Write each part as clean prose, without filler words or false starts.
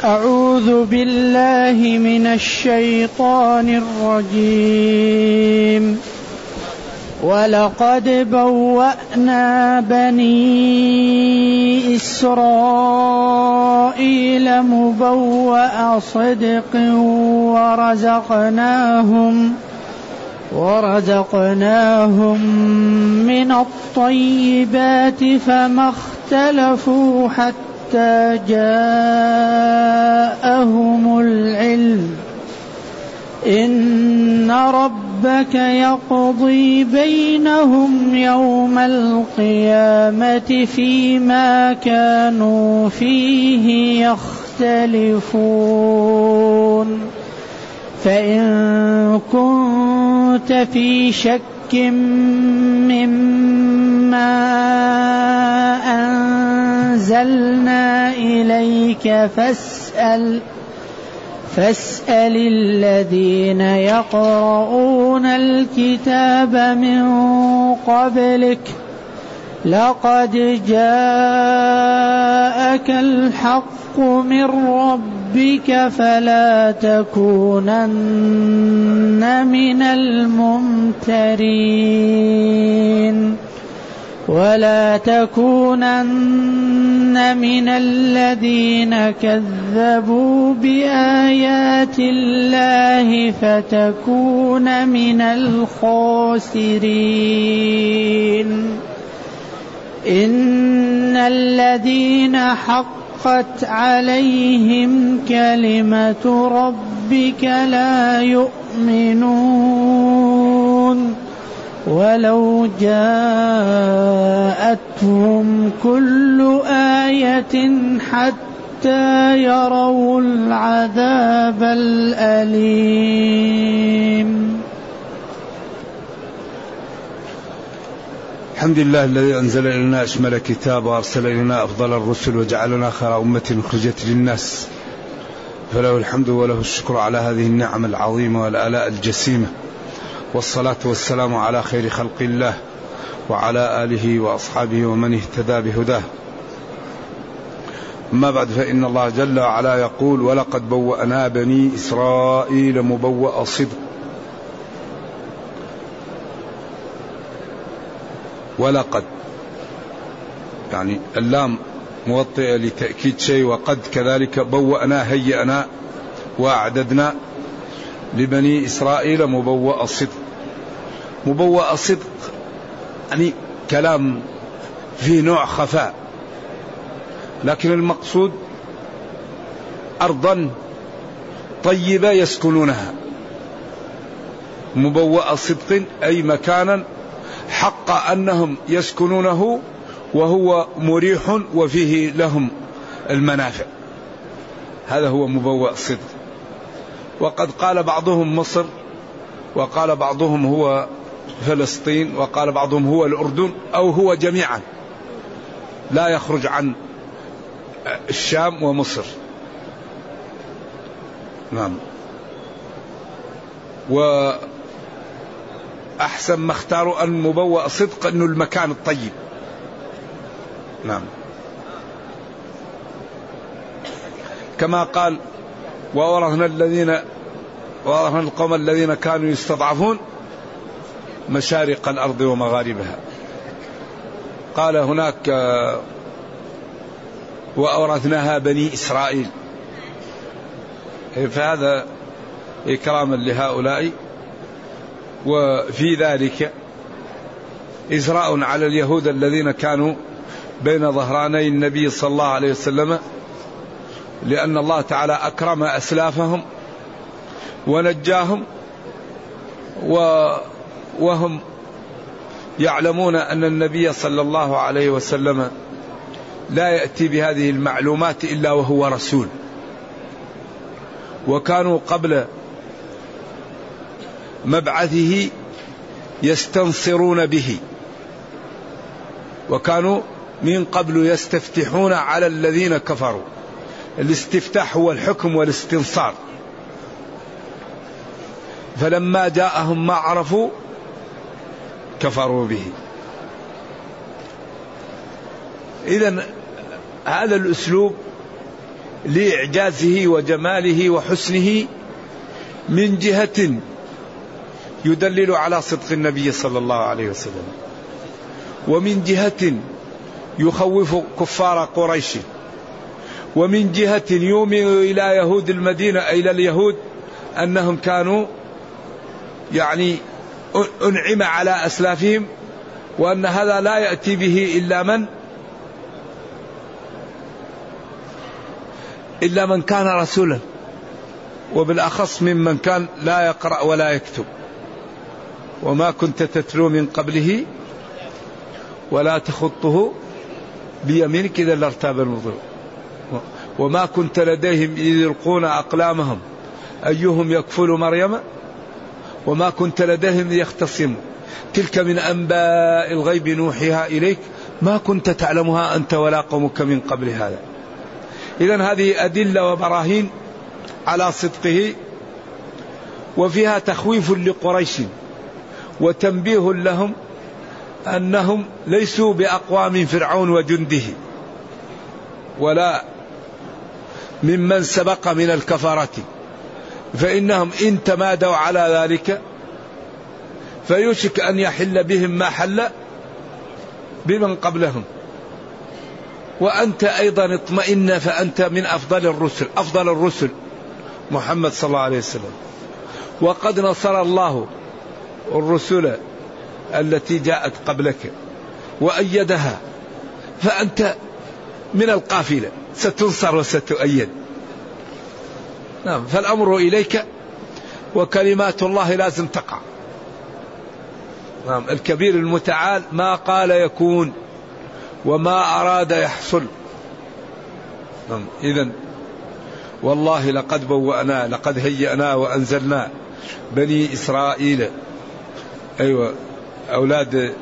أعوذ بالله من الشيطان الرجيم. ولقد بوأنا بني إسرائيل مبوأ صدق ورزقناهم من الطيبات فما اختلفوا حتى جاءهم العلم إن ربك يقضي بينهم يوم القيامة فيما كانوا فيه يختلفون. فإن كنت في شك مما أنزلنا إليك فاسأل الذين يقرؤون الكتاب من قبلك لقد جاءك الحق من ربك فلا تكونن من الممترين ولا تكونن من الذين كذبوا بآيات الله فتكون من الخاسرين. إن الذين حقت عليهم كلمة ربك لا يؤمنون ولو جاءتهم كل آية حتى يروا العذاب الأليم. الحمد لله الذي أنزل إلينا أشمل كتاب وأرسل إلينا أفضل الرسل وجعلنا خير أمة أخرجت للناس، فله الحمد وله الشكر على هذه النعم العظيمة والآلاء الجسيمة، والصلاة والسلام على خير خلق الله وعلى آله وأصحابه ومن اهتدى بهداه. أما بعد، فإن الله جل وعلا يقول: ولقد بوأنا بني إسرائيل مبوأ صدق. ولقد يعني اللام موطئة لتأكيد شيء، وقد كذلك بوأنا هيئنا وأعددنا لبني إسرائيل مبوأ صدق. مبوأ صدق يعني كلام فيه نوع خفاء، لكن المقصود أرضا طيبة يسكنونها. مبوأ صدق أي مكانا حق أنهم يسكنونه وهو مريح وفيه لهم المنافع، هذا هو مبوأ صدق. وقد قال بعضهم مصر، وقال بعضهم هو فلسطين، وقال بعضهم هو الأردن، أو هو جميعا لا يخرج عن الشام ومصر. نعم. وأحسن ما اختاروا أن مبوأ صدق أنه المكان الطيب. نعم. كما قال: وورثنا القوم الذين كانوا يستضعفون مشارق الأرض ومغاربها. قال هناك: وأورثناها بني إسرائيل. فهذا إكراما لهؤلاء، وفي ذلك إزراء على اليهود الذين كانوا بين ظهراني النبي صلى الله عليه وسلم، لأن الله تعالى أكرم أسلافهم ونجاهم، وهم يعلمون أن النبي صلى الله عليه وسلم لا يأتي بهذه المعلومات إلا وهو رسول. وكانوا قبل مبعثه يستنصرون به، وكانوا من قبل يستفتحون على الذين كفروا. الاستفتاح هو الحكم والاستنصار. فلما جاءهم ما عرفوا كفروا به. إذن هذا الأسلوب لإعجازه وجماله وحسنه، من جهة يدلل على صدق النبي صلى الله عليه وسلم، ومن جهة يخوف كفار قريش، ومن جهة يؤمن إلى يهود المدينة، إلى اليهود أنهم كانوا يعني أنعم على أسلافهم، وأن هذا لا يأتي به إلا من كان رسولا، وبالأخص ممن كان لا يقرأ ولا يكتب. وما كنت تتلو من قبله ولا تخطه بيمينك إذا لارتاب المبطلون، وما كنت لديهم إذ يلقون أقلامهم أيهم يكفل مريم وما كنت لديهم إذ يختصمون تلك من أنباء الغيب نوحيها إليك ما كنت تعلمها أنت ولا قومك من قبل هذا. إذن هذه أدلة وبراهين على صدقه، وفيها تخويف لقريش وتنبيه لهم أنهم ليسوا بأقوى من فرعون وجنده ولا ممن سبق من الكفرة، فإنهم إن تمادوا على ذلك فيوشك أن يحل بهم ما حل بمن قبلهم. وأنت أيضا اطمئن، فأنت من أفضل الرسل محمد صلى الله عليه وسلم، وقد نصر الله الرسل التي جاءت قبلك وأيدها، فأنت من القافلة ستنصر وستؤيد. نعم، فالأمر إليك وكلمات الله لازم تقع. نعم، الكبير المتعال ما قال يكون وما أراد يحصل. نعم، إذن والله لقد هيئنا وأنزلنا بني إسرائيل، أيوة أولاد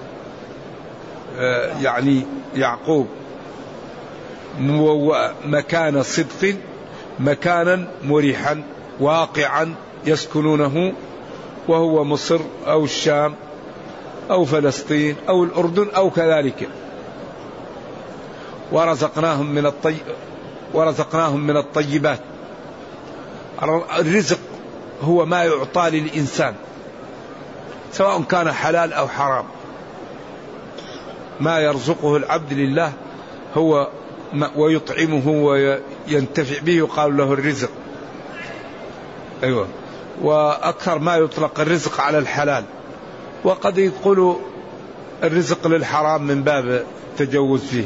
يعني يعقوب، مكان صدق، مكانا مريحا واقعا يسكنونه، وهو مصر أو الشام أو فلسطين أو الأردن أو كذلك. ورزقناهم من الطيبات. الرزق هو ما يعطى للإنسان سواء كان حلال أو حرام، ما يرزقه العبد لله هو ويطعمه وينتفع به يقال له الرزق. أيوة، وأكثر ما يطلق الرزق على الحلال، وقد يقولوا الرزق للحرام من باب التجوز فيه.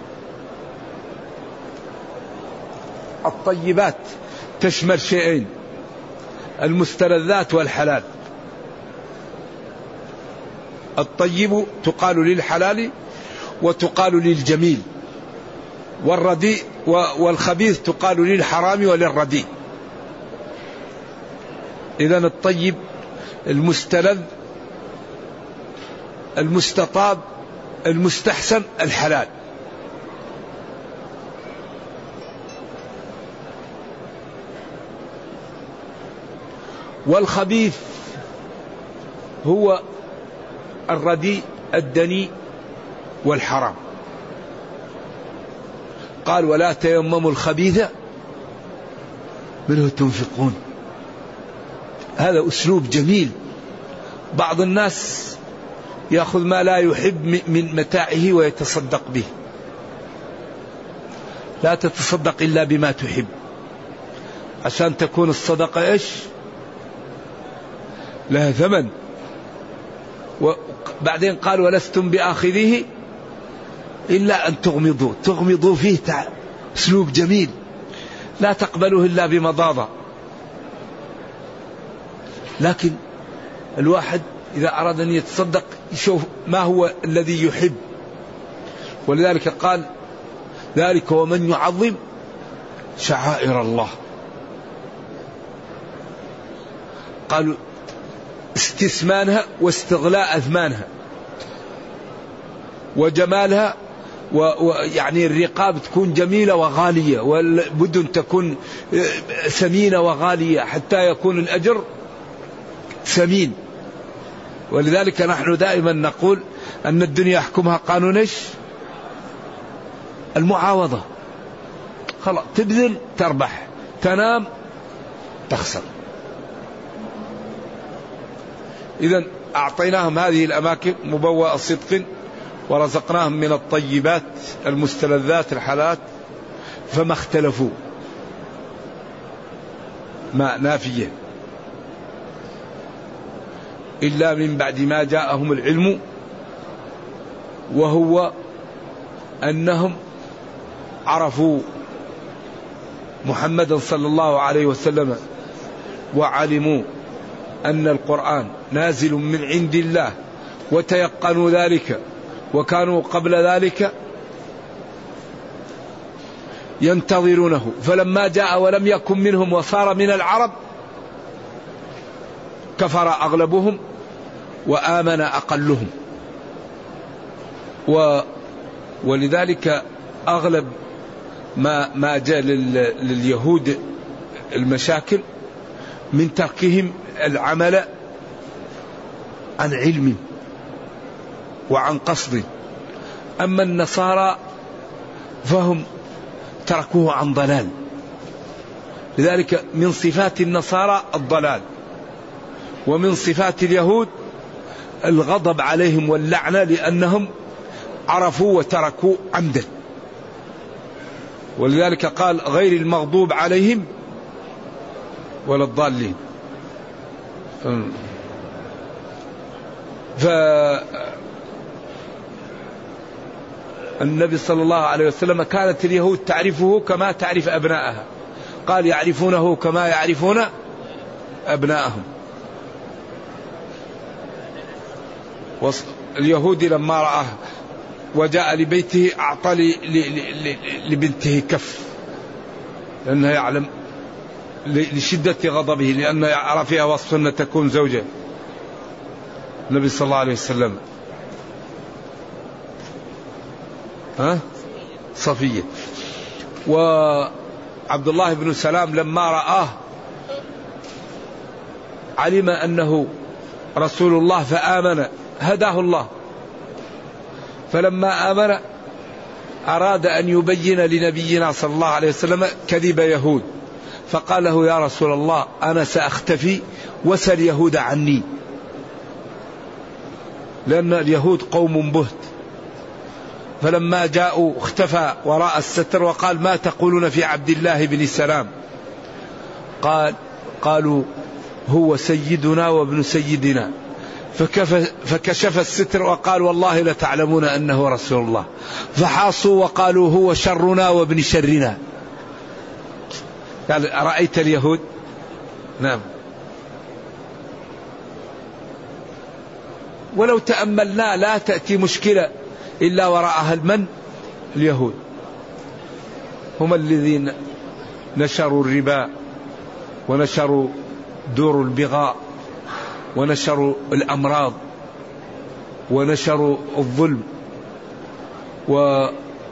الطيبات تشمل شيئين، المستلذات والحلال. الطيب تقال للحلال وتقال للجميل، والرديء والخبيث تقال للحرام وللرديء. إذن الطيب المستلذ المستطاب المستحسن الحلال. والخبيث هو الرديء الدني والحرام. قال ولا تيمموا الخبيث منه تنفقون. هذا أسلوب جميل. بعض الناس يأخذ ما لا يحب من متاعه ويتصدق به. لا تتصدق إلا بما تحب، عشان تكون الصدقة إيش؟ لها ثمن. وبعدين قال ولستم بآخذه إلا أن تغمضوا فيه. أسلوب جميل، لا تقبله إلا بمضاضة. لكن الواحد إذا أراد أن يتصدق يشوف ما هو الذي يحب، ولذلك قال ذلك ومن يعظم شعائر الله. قالوا استثمانها واستغلاء أثمانها وجمالها، ويعني الرقاب تكون جميلة وغالية، والبدن تكون ثمينة وغالية حتى يكون الأجر ثمين. ولذلك نحن دائما نقول أن الدنيا يحكمها قانون إيش؟ المعاوضة. خلاص تبذل تربح، تنام تخسر. إذن أعطيناهم هذه الأماكن مبوأ صدق ورزقناهم من الطيبات المستلذات الحلال فما اختلفوا، ما نافية إلا من بعد ما جاءهم العلم، وهو أنهم عرفوا محمدا صلى الله عليه وسلم وعلموا أن القرآن نازل من عند الله وتيقنوا ذلك، وكانوا قبل ذلك ينتظرونه، فلما جاء ولم يكن منهم وصار من العرب كفر أغلبهم وآمن أقلهم. ولذلك أغلب ما جاء لليهود المشاكل من تركهم العمل عن علم وعن قصد. أما النصارى فهم تركوه عن ضلال، لذلك من صفات النصارى الضلال، ومن صفات اليهود الغضب عليهم واللعنة لأنهم عرفوا وتركوا عمدا. ولذلك قال غير المغضوب عليهم ولا الضالين. فالنبي صلى الله عليه وسلم كانت اليهود تعرفه كما تعرف أبنائها، قال يعرفونه كما يعرفون أبنائهم. اليهودي لما رآه وجاء لبيته أعطى لبنته كف، لأنه يعلم لشدة غضبه، لأنه يرى فيها وصف أن تكون زوجة النبي صلى الله عليه وسلم صفية. وعبد الله بن سلام لما رآه علم أنه رسول الله فآمن، هداه الله. فلما آمن أراد أن يبين لنبينا صلى الله عليه وسلم كذب يهود، فقال له يا رسول الله أنا سأختفي وسل يهود عني، لأن اليهود قوم بهت. فلما جاءوا اختفى وراء الستر وقال ما تقولون في عبد الله بن سلام؟ قالوا هو سيدنا وابن سيدنا، فكشف الستر وقال والله لتعلمون أنه رسول الله، فحاصوا وقالوا هو شرنا وابن شرنا. قال أرأيت اليهود؟ نعم. ولو تأملنا لا تأتي مشكلة إلا وراءها المن اليهود، هم الذين نشروا الربا ونشروا دور البغاء ونشروا الأمراض ونشروا الظلم، وكل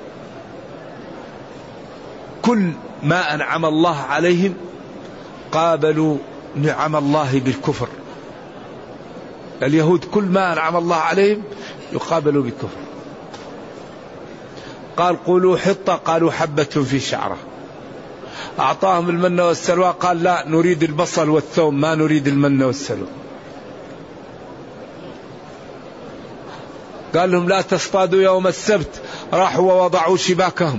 ما أنعم الله عليهم قابلوا نعم الله بالكفر. اليهود كل ما أنعم الله عليهم يقابلوا بالكفر. قال قولوا حطة، قالوا حبة في شعرة. أعطاهم المن والسلوى، قال لا نريد البصل والثوم ما نريد المن والسلوى. قال لهم لا تصطادوا يوم السبت، راحوا ووضعوا شباكهم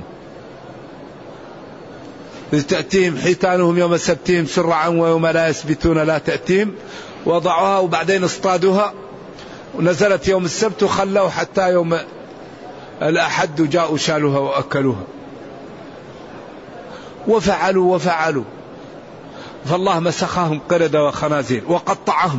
إذ تأتيهم حيتانهم يوم سبتهم سرعا ويوم لا يسبتون لا تأتيهم، وضعوها وبعدين اصطادوها ونزلت يوم السبت وخلوا حتى يوم الأحد جاءوا شالوها وأكلوها. وفعلوا فالله مسخهم قردة وخنازير وقطعهم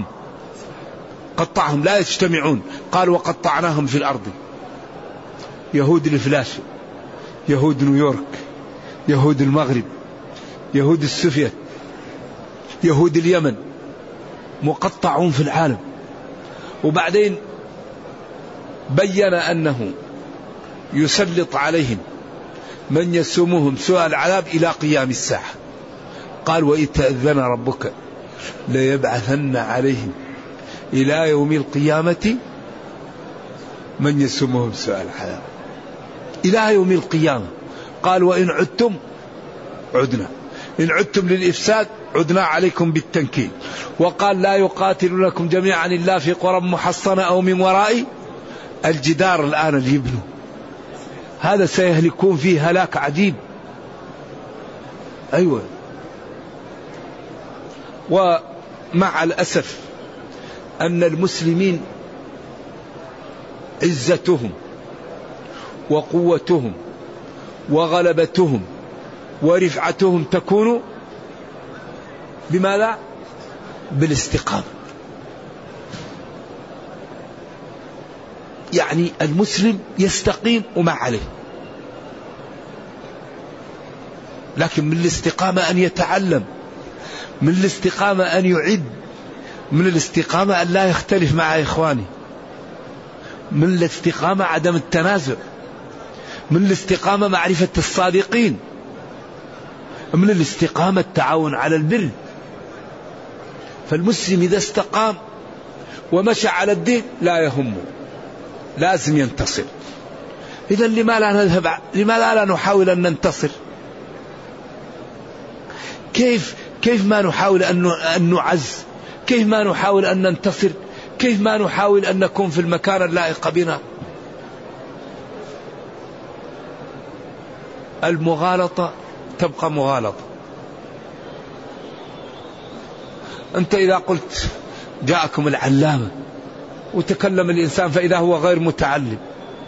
لا يجتمعون. قال وقطعناهم في الأرض، يهود الفلاش، يهود نيويورك، يهود المغرب، يهود السوفيت، يهود اليمن، مقطعون في العالم. وبعدين بين أنه يسلط عليهم من يسومهم سوء العذاب إلى قيام الساعة. قال وإذ تأذن ربك ليبعثن عليهم إلى يوم القيامة من يسومهم سوء العذاب إلى يوم القيامة. قال وإن عدتم عدنا، إن عدتم للإفساد عدنا عليكم بالتنكيل. وقال لا يقاتلونكم جميعا إلا في قرى محصنة أو من وراء الجدار. الآن اللي يبنوا هذا سيهلكون فيه هلاك عجيب. أيوة. ومع الأسف أن المسلمين عزتهم وقوتهم وغلبتهم ورفعتهم تكون بماذا؟ بالاستقامة. يعني المسلم يستقيم وما عليه، لكن من الاستقامة أن يتعلم، من الاستقامة أن يعد، من الاستقامة أن لا يختلف مع إخوانه، من الاستقامة عدم التنازع، من الاستقامة معرفة الصادقين، من الاستقامة التعاون على البر. فالمسلم إذا استقام ومشى على الدين لا يهمه، لازم ينتصر. إذا لماذا لا نحاول أن ننتصر؟ كيف ما نحاول أن نعز؟ كيف ما نحاول أن ننتصر؟ كيف ما نحاول أن نكون في المكان اللائق بنا؟ المغالطة تبقى مغالطة. أنت إذا قلت جاءكم العلامة وتكلم الإنسان فإذا هو غير متعلم،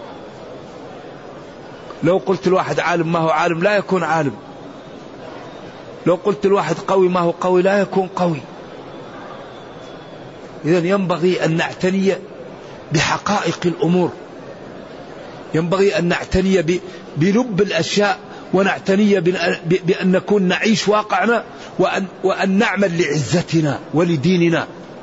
لو قلت الواحد عالم ما هو عالم لا يكون عالم، لو قلت الواحد قوي ما هو قوي لا يكون قوي. إذن ينبغي أن نعتني بحقائق الأمور، ينبغي أن نعتني بلب الأشياء، ونعتني بأن نكون نعيش واقعنا، وأن نعمل لعزتنا ولديننا.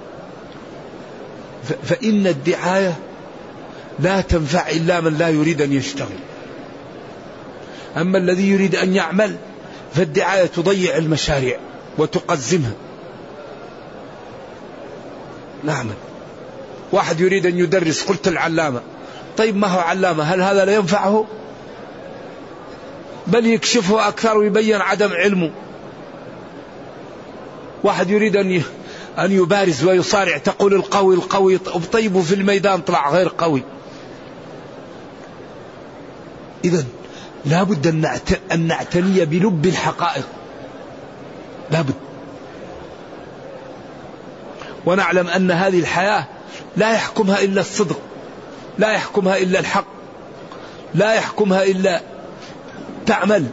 فإن الدعاية لا تنفع إلا من لا يريد أن يشتغل. أما الذي يريد أن يعمل فالدعاية تضيع المشاريع وتقزمها. نعمل. واحد يريد أن يدرس، قلت العلامة، طيب ما هو علامة؟ هل هذا لا ينفعه؟ بل يكشفه أكثر ويبين عدم علمه. واحد يريد أن يبارز ويصارع، تقول القوي القوي، طيب في الميدان طلع غير قوي. إذن لابد أن نعتني بلب الحقائق، لابد. ونعلم أن هذه الحياة لا يحكمها إلا الصدق، لا يحكمها إلا الحق، لا يحكمها إلا تعمل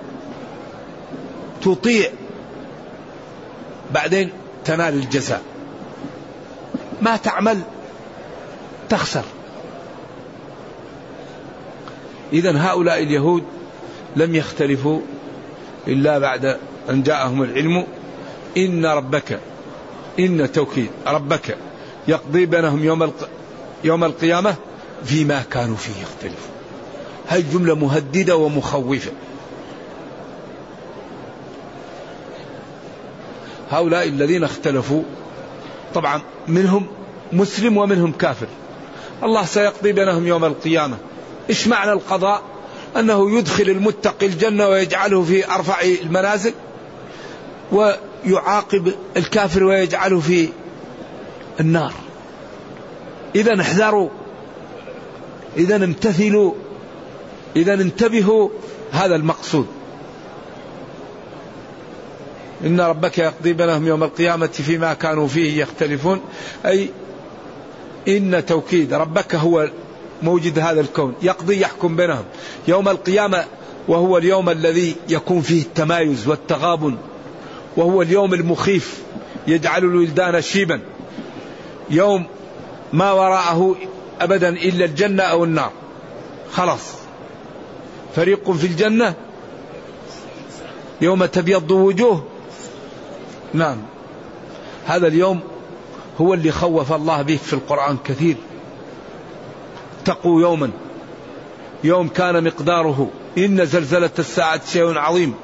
تطيع، بعدين تنال الجزاء. ما تعمل تخسر. إذن هؤلاء اليهود لم يختلفوا إلا بعد أن جاءهم العلم. إن ربك، إن توكيد ربك يقضي بينهم يوم القيامة فيما كانوا فيه يختلفون. هذه جملة مهددة ومخوفة. هؤلاء الذين اختلفوا طبعا منهم مسلم ومنهم كافر، الله سيقضي بينهم يوم القيامة. إيش معنى القضاء؟ أنه يدخل المتقي الجنة ويجعله في أرفع المنازل، ويعاقب الكافر ويجعله في النار. إذا احذروا، إذا امتثلوا، إذا انتبهوا، هذا المقصود. إن ربك يقضي بينهم يوم القيامة فيما كانوا فيه يختلفون. أي إن توكيد ربك هو موجد هذا الكون، يقضي يحكم بينهم يوم القيامة، وهو اليوم الذي يكون فيه التمايز والتغابن، وهو اليوم المخيف يجعل الولدان شيبا، يوم ما وراءه أبدا إلا الجنة أو النار. خلاص، فريق في الجنة يوم تبيض وجوه. نعم، هذا اليوم هو اللي خوف الله به في القرآن كثير. اتقوا يوما، يوم كان مقداره، إن زلزلة الساعة شيء عظيم،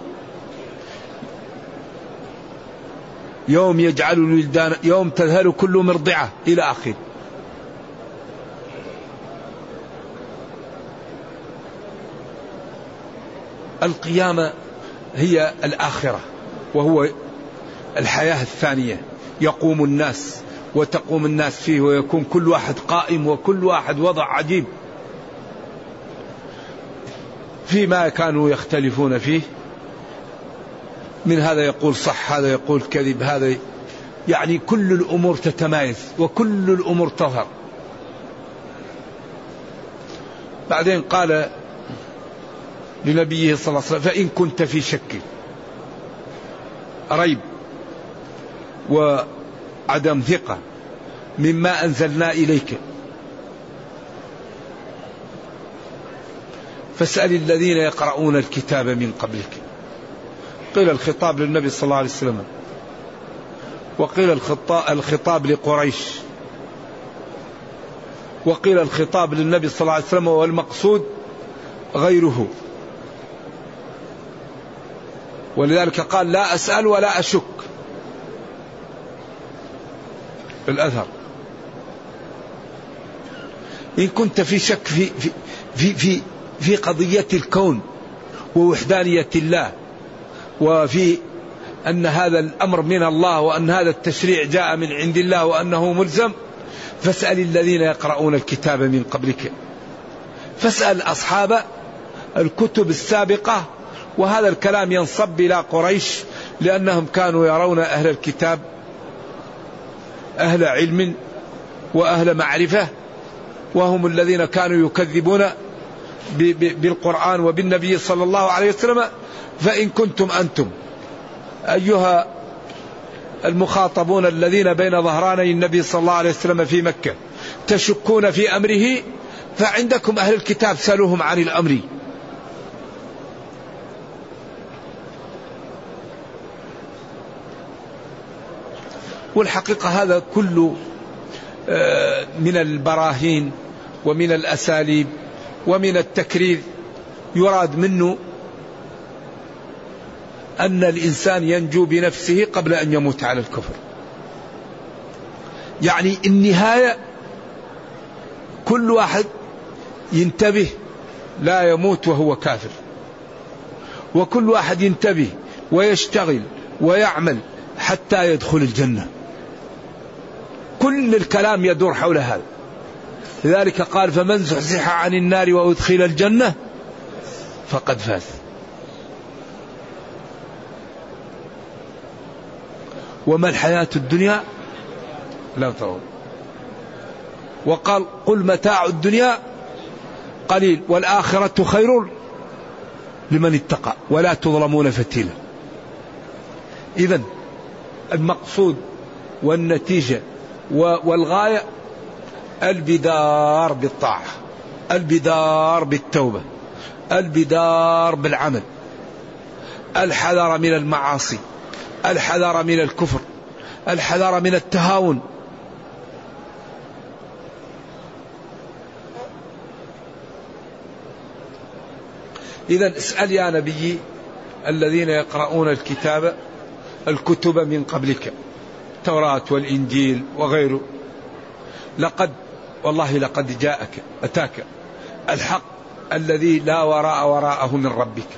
يوم يجعل الولدان، يوم تذهل كل مرضعة إلى آخر. القيامة هي الآخرة، وهو الحياة الثانية، يقوم الناس وتقوم الناس فيه، ويكون كل واحد قائم وكل واحد وضع عجيب فيما كانوا يختلفون فيه، من هذا يقول صح، هذا يقول كذب، هذا يعني كل الأمور تتمايز وكل الأمور تظهر. بعدين قال لنبيه صلى الله عليه وسلم: فإن كنت في شك، ريب وعدم ثقة مما أنزلنا إليك، فاسأل الذين يقرؤون الكتاب من قبلك. قيل الخطاب للنبي صلى الله عليه وسلم، وقيل الخطاب لقريش، وقيل الخطاب للنبي صلى الله عليه وسلم، والمقصود غيره. ولذلك قال: لا أسأل ولا أشك. الأثر: إن كنت في شك في قضية الكون ووحدانية الله، وفي أن هذا الأمر من الله، وأن هذا التشريع جاء من عند الله، وأنه ملزم، فاسأل الذين يقرؤون الكتاب من قبلك، فاسأل أصحاب الكتب السابقة. وهذا الكلام ينصب إلى قريش، لأنهم كانوا يرون أهل الكتاب أهل علم وأهل معرفة، وهم الذين كانوا يكذبون بالقرآن وبالنبي صلى الله عليه وسلم. فإن كنتم أنتم أيها المخاطبون الذين بين ظهراني النبي صلى الله عليه وسلم في مكة تشكون في أمره، فعندكم أهل الكتاب سألوهم عن الأمر. والحقيقة هذا كله من البراهين ومن الأساليب ومن التكرير، يراد منه أن الإنسان ينجو بنفسه قبل أن يموت على الكفر. يعني النهاية كل واحد ينتبه لا يموت وهو كافر، وكل واحد ينتبه ويشتغل ويعمل حتى يدخل الجنة. كل الكلام يدور حول هذا. لذلك قال: فمن زحزح عن النار وأدخل الجنة فقد فاز. وما الحياة الدنيا لا ترون. وقال: قل متاع الدنيا قليل والآخرة خير لمن اتقى ولا تظلمون فتيلا. إذن المقصود والنتيجة والغاية البدار بالطاعة، البدار بالتوبة، البدار بالعمل، الحذر من المعاصي، الحذر من الكفر، الحذر من التهاون. إذن اسأل يا نبي الذين يقرؤون الكتب من قبلك، التوراة والإنجيل وغيره، لقد جاءك أتاك الحق الذي لا وراءه من ربك.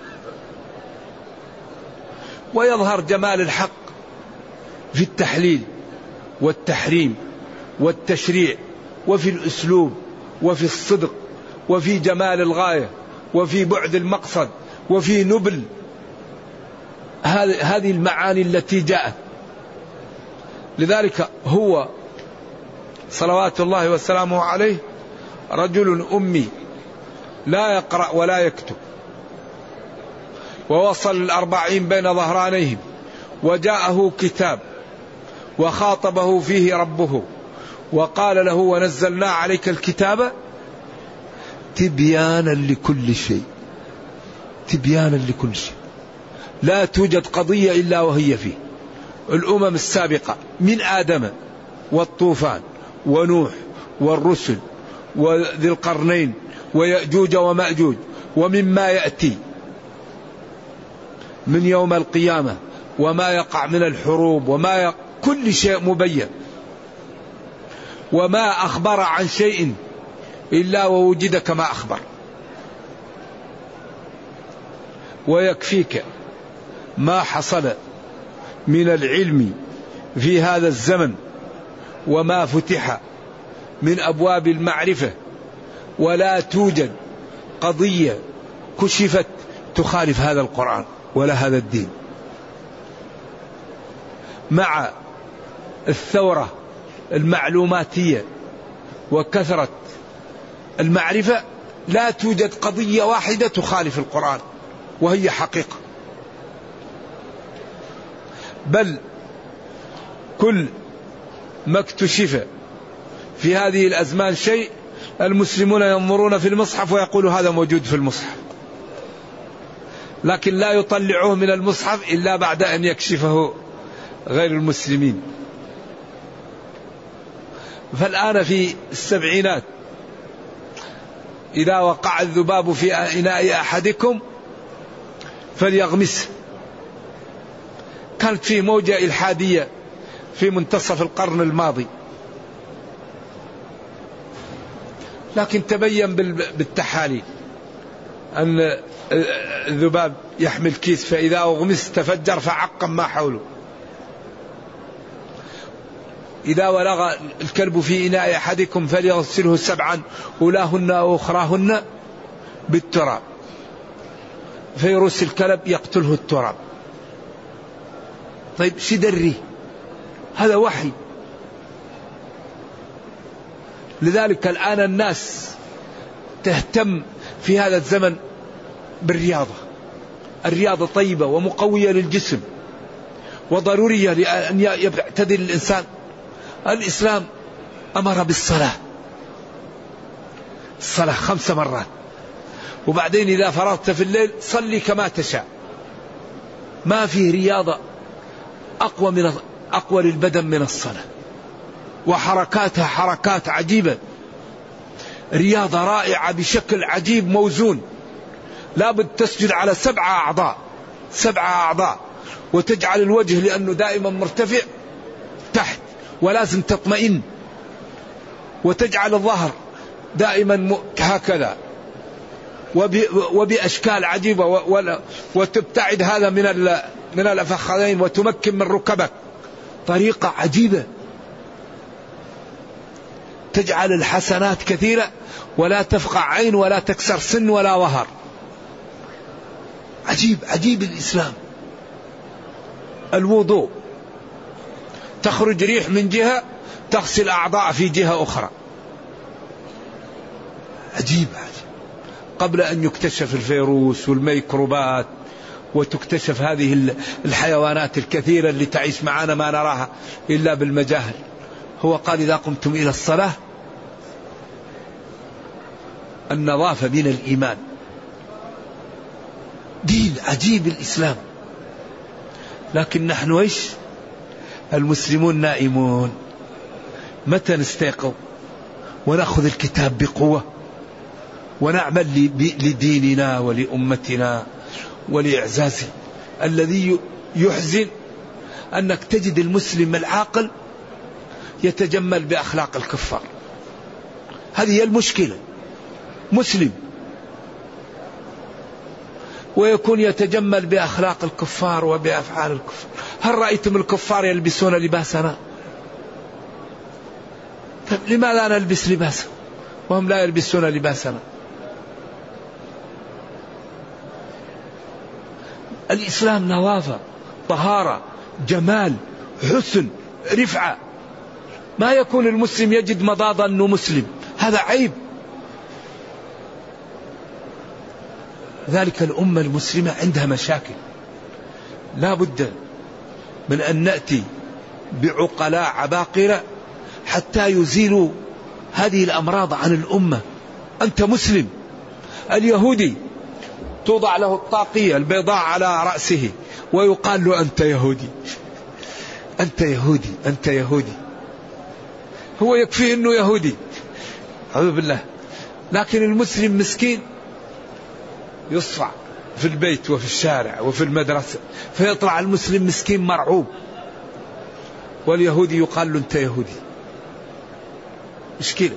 ويظهر جمال الحق في التحليل والتحريم والتشريع، وفي الأسلوب، وفي الصدق، وفي جمال الغاية، وفي بعد المقصد، وفي نبل هذه المعاني التي جاءت. لذلك هو صلوات الله وسلامه عليه رجل أمي لا يقرأ ولا يكتب، ووصل 40 بين ظهرانيهم، وجاءه كتاب وخاطبه فيه ربه وقال له: ونزلنا عليك الكتاب تبيانا لكل شيء، تبيانا لكل شيء. لا توجد قضية إلا وهي فيه. الأمم السابقة من آدم والطوفان ونوح والرسل وذي القرنين ويأجوج ومأجوج، ومما يأتي من يوم القيامة، وما يقع من الحروب، كل شيء مبين. وما أخبر عن شيء إلا ووجد كما أخبر. ويكفيك ما حصل من العلم في هذا الزمن وما فتح من أبواب المعرفة، ولا توجد قضية كشفت تخالف هذا القرآن ولا هذا الدين. مع الثورة المعلوماتية وكثرة المعرفة لا توجد قضية واحدة تخالف القرآن، وهي حقيقة. بل كل ما اكتشف في هذه الأزمان شيء المسلمون ينظرون في المصحف ويقولوا هذا موجود في المصحف، لكن لا يطلعوه من المصحف إلا بعد أن يكشفه غير المسلمين. فالآن في السبعينات إذا وقع الذباب في إناء أحدكم فليغمسه. كانت فيه موجة إلحادية في منتصف القرن الماضي، لكن تبين بالتحاليل أن الذباب يحمل كيس، فإذا أغمس تفجر فعقم ما حوله. إذا ولغ الكلب في إناء أحدكم فليغسله 7 أولاهن وأخراهن بالتراب، فيرس الكلب يقتله التراب. طيب شدري هذا وحي. لذلك الآن الناس تهتم في هذا الزمن بالرياضة. الرياضة طيبة ومقوية للجسم وضرورية لأن يعتدل الإنسان. الإسلام أمر بالصلاة، الصلاة 5 مرات، وبعدين إذا فرغت في الليل صلي كما تشاء. ما في رياضة أقوى للبدن من الصلاة، وحركاتها حركات عجيبة، رياضة رائعة بشكل عجيب موزون. لابد تسجد على 7 أعضاء وتجعل الوجه لأنه دائما مرتفع تحت، ولازم تطمئن، وتجعل الظهر دائما هكذا وبأشكال عجيبة، وتبتعد هذا من الأفخذين وتمكن من ركبك طريقة عجيبة تجعل الحسنات كثيرة ولا تفقع عين ولا تكسر سن ولا ظهر. عجيب الإسلام. الوضوء تخرج ريح من جهة تغسل أعضاء في جهة أخرى. عجيب. قبل أن يكتشف الفيروس والميكروبات وتكتشف هذه الحيوانات الكثيرة اللي تعيش معنا ما نراها إلا بالمجاهل، هو قال إذا قمتم إلى الصلاة. النظافة من الإيمان. دين عجيب الإسلام. لكن نحن إيش؟ المسلمون نائمون. متى نستيقظ ونأخذ الكتاب بقوة ونعمل لديننا ولأمتنا ولإعزازه؟ الذي يحزن أنك تجد المسلم العاقل يتجمل بأخلاق الكفار. هذه هي المشكلة. مسلم ويكون يتجمل بأخلاق الكفار وبأفعال الكفار. هل رأيتم الكفار يلبسون لباسنا؟ لماذا نلبس لباسا وهم لا يلبسون لباسنا؟ الإسلام نظافة، طهارة، جمال، حسن، رفعة. ما يكون المسلم يجد مضاضا أنه مسلم، هذا عيب. ذلك الأمة المسلمة عندها مشاكل، لا بد من أن نأتي بعقلاء عباقرة حتى يزيلوا هذه الأمراض عن الأمة. أنت مسلم. اليهودي توضع له الطاقية البيضاء على رأسه ويقال له أنت يهودي، أنت يهودي، أنت يهودي. هو يكفيه أنه يهودي، أعوذ بالله. لكن المسلم مسكين يصفع في البيت وفي الشارع وفي المدرسة، فيطلع المسلم مسكين مرعوب، واليهودي يقال له أنت يهودي. مشكلة.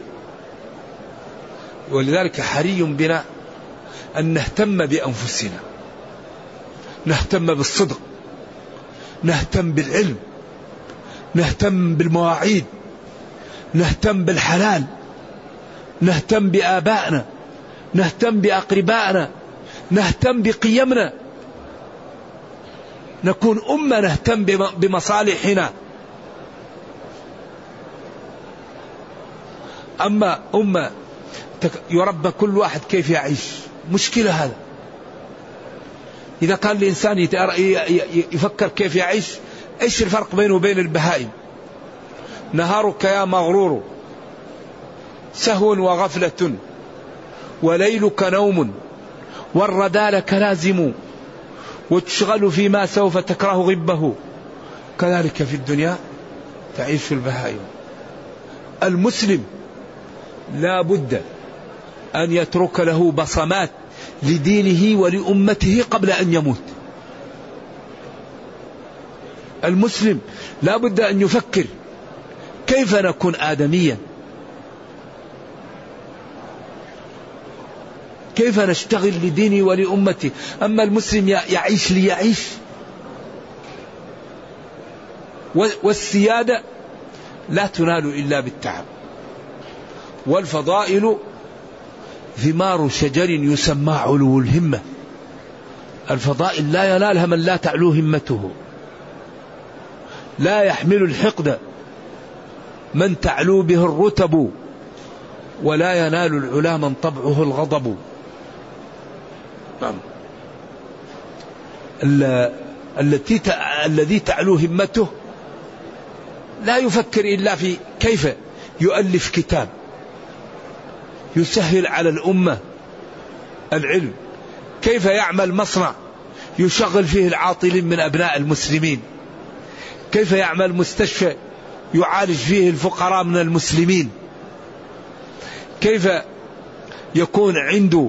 ولذلك حري بنا أن نهتم بأنفسنا نهتم بالصدق، نهتم بالعلم، نهتم بالمواعيد، نهتم بالحلال، نهتم بآبائنا، نهتم بأقربائنا، نهتم بقيمنا، نكون أمة نهتم بمصالحنا. أما أمة يربى كل واحد كيف يعيش، مشكلة هذا. إذا كان الإنسان يفكر كيف يعيش، إيش الفرق بينه وبين البهائم؟ نهارك يا مغرور سهو وغفلة، وليلك نوم، والردى لك لازم، وتشغل فيما سوف تكره غبه، كذلك في الدنيا تعيش في البهائم. المسلم لا بد أن يترك له بصمات لدينه ولأمته قبل أن يموت. المسلم لا بد أن يفكر كيف نكون آدميا، كيف نشتغل لديني ولأمتي. أما المسلم يعيش ليعيش. والسيادة لا تنال إلا بالتعب، والفضائل ثمار شجر يسمى علو الهمة. الفضائل لا ينالها من لا تعلو همته، لا يحمل الحقد من تعلو به الرتب، ولا ينال العلا من طبعه الغضب. الذي تعلو همته لا يفكر إلا في كيف يؤلف كتاب يسهل على الأمة العلم، كيف يعمل مصنع يشغل فيه العاطلين من أبناء المسلمين، كيف يعمل مستشفى يعالج فيه الفقراء من المسلمين، كيف يكون عنده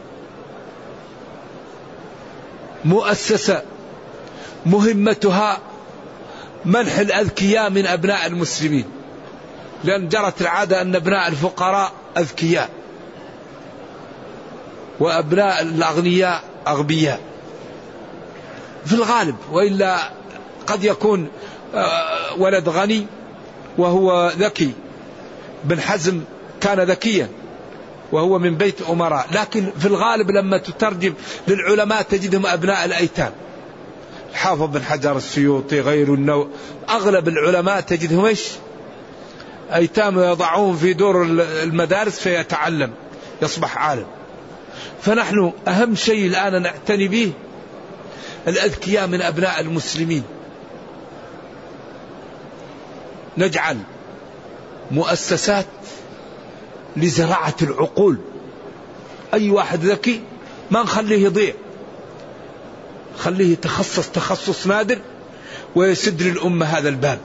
مؤسسة مهمتها منح الأذكياء من أبناء المسلمين، لأن جرت العادة أن أبناء الفقراء أذكياء وأبناء الأغنياء أغبياء في الغالب. وإلا قد يكون ولد غني وهو ذكي، بن حزم كان ذكيا وهو من بيت أمراء، لكن في الغالب لما تترجم للعلماء تجدهم أبناء الأيتام. حافظ بن حجر السيوطي غير النووي، أغلب العلماء تجدهم إيش؟ أيتام يضعون في دور المدارس فيتعلم يصبح عالم. فنحن أهم شيء الآن نعتني به الأذكياء من أبناء المسلمين، نجعل مؤسسات لزراعة العقول. أي واحد ذكي ما نخليه يضيع، خليه يتخصص تخصص نادر ويسد للأمة هذا الباب.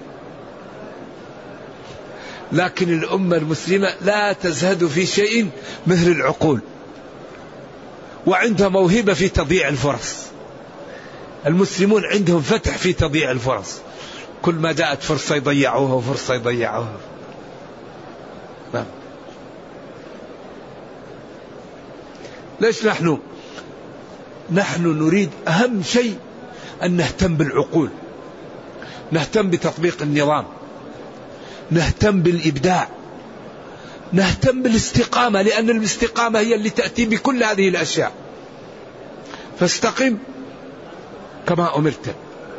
لكن الأمة المسلمة لا تزهد في شيء مثل العقول، وعندها موهبة في تضييع الفرص. المسلمون عندهم فتح في تضييع الفرص، كل ما جاءت فرصة يضيعوها وفرصة يضيعوها. نعم. ليش نحن نريد أهم شيء أن نهتم بالعقول، نهتم بتطبيق النظام، نهتم بالإبداع، نهتم بالاستقامة، لأن الاستقامة هي اللي تأتي بكل هذه الأشياء. فاستقم كما أمرت.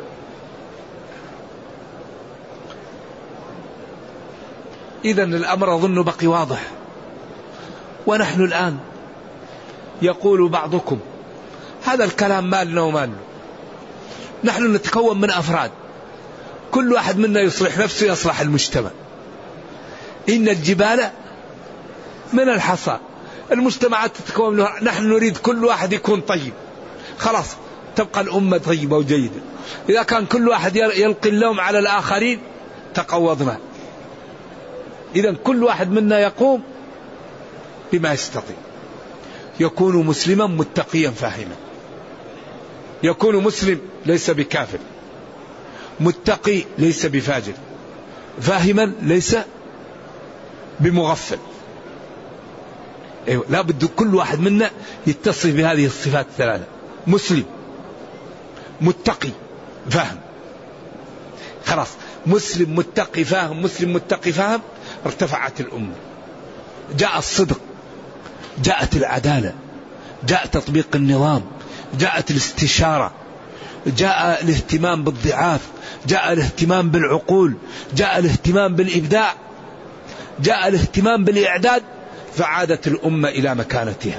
إذن الأمر أظن بقي واضح. ونحن الآن يقول بعضكم هذا الكلام مالنا ومالنا. نحن نتكون من أفراد، كل واحد منا يصلح نفسه يصلح المجتمع. إن الجبال من الحصى، المجتمعات تتكون منها. نحن نريد كل واحد يكون طيب، خلاص تبقى الأمة طيبة وجيدة. إذا كان كل واحد يلقي اللوم على الآخرين تقوضنا. إذن كل واحد منا يقوم بما يستطيع، يكون مسلما متقيا فاهما. يكون مسلم ليس بكافر، متقي ليس بفاجر، فاهما ليس بمغفل. أيوة، لا بد كل واحد منا يتصف بهذه الصفات الثلاثة. مسلم متقي فاهم، خلاص مسلم متقي فاهم، مسلم متقي فاهم، ارتفعت الأمة. جاء الصدق، جاءت العدالة، جاء تطبيق النظام، جاءت الاستشارة، جاء الاهتمام بالضعاف، جاء الاهتمام بالعقول، جاء الاهتمام بالإبداع، جاء الاهتمام بالإعداد، فعادت الأمة إلى مكانتها.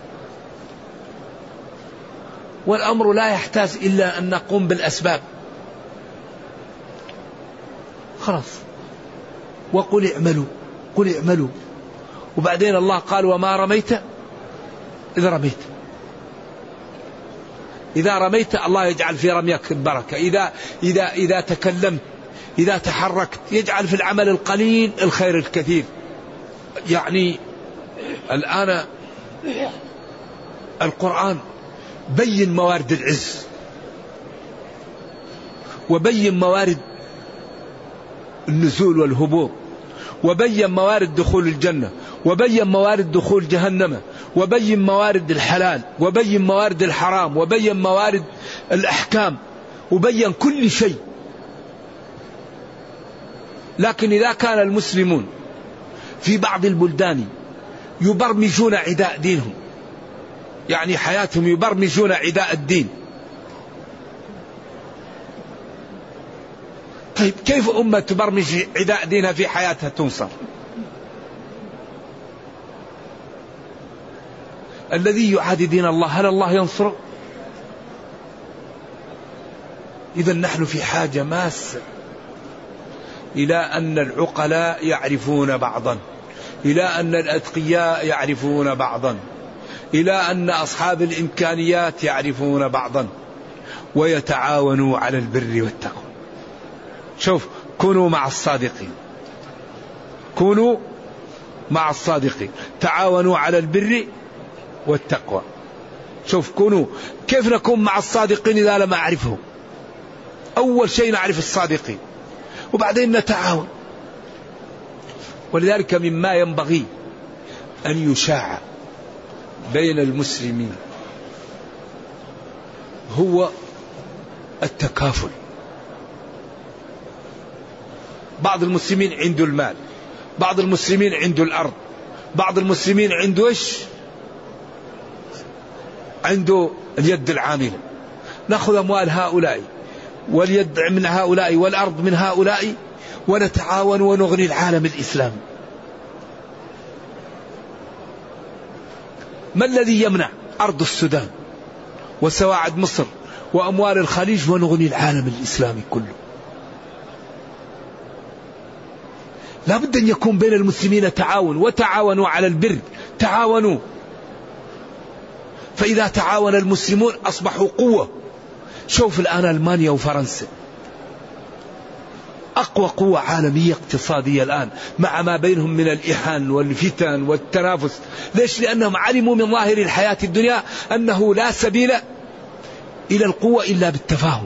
والأمر لا يحتاج إلا أن نقوم بالأسباب. خلاص، وقل اعملوا، قل اعملوا. وبعدين الله قال وما رميت إذا رميت. إذا رميت الله يجعل في رميك البركة. إذا تكلمت، إذا تحركت، يجعل في العمل القليل الخير الكثير. يعني الآن القرآن بين موارد العز، وبين موارد النزول والهبوط، وبين موارد دخول الجنة، وبين موارد دخول جهنم، وبين موارد الحلال، وبين موارد الحرام، وبين موارد الأحكام، وبين كل شيء. لكن إذا كان المسلمون في بعض البلدان يبرمجون عداء دينهم، يعني حياتهم يبرمجون عداء الدين، طيب كيف أمة تبرمج عداء دينها في حياتها تنصر؟ الذي يعادي دين الله هل الله ينصره؟ إذا نحن في حاجة ماسة إلى أن العقلاء يعرفون بعضا، إلى أن الأتقياء يعرفون بعضا، إلى أن أصحاب الإمكانيات يعرفون بعضا، ويتعاونوا على البر والتقوى. شوف، كونوا مع الصادقين، كونوا مع الصادقين، تعاونوا على البر والتقوى. شوف، كونوا، كيف نكون مع الصادقين إذا لم أعرفهم؟ أول شيء نعرف الصادقين، وبعدين نتعاون. ولذلك مما ينبغي أن يشاع بين المسلمين هو التكافل. بعض المسلمين عنده المال، بعض المسلمين عنده الأرض، بعض المسلمين عنده إيش؟ عنده اليد العاملة. نأخذ أموال هؤلاء واليد من هؤلاء والأرض من هؤلاء، ونتعاون ونغني العالم الإسلامي. ما الذي يمنع أرض السودان وسواعد مصر وأموال الخليج ونغني العالم الإسلامي كله؟ لا بد أن يكون بين المسلمين تعاون، وتعاونوا على البر، تعاونوا. فإذا تعاون المسلمون أصبحوا قوة. شوف الآن ألمانيا وفرنسا أقوى قوة عالمية اقتصادية الآن، مع ما بينهم من الإحن والفتن والتنافس. ليش؟ لأنهم علموا من ظاهر الحياة الدنيا أنه لا سبيل إلى القوة إلا بالتفاهم.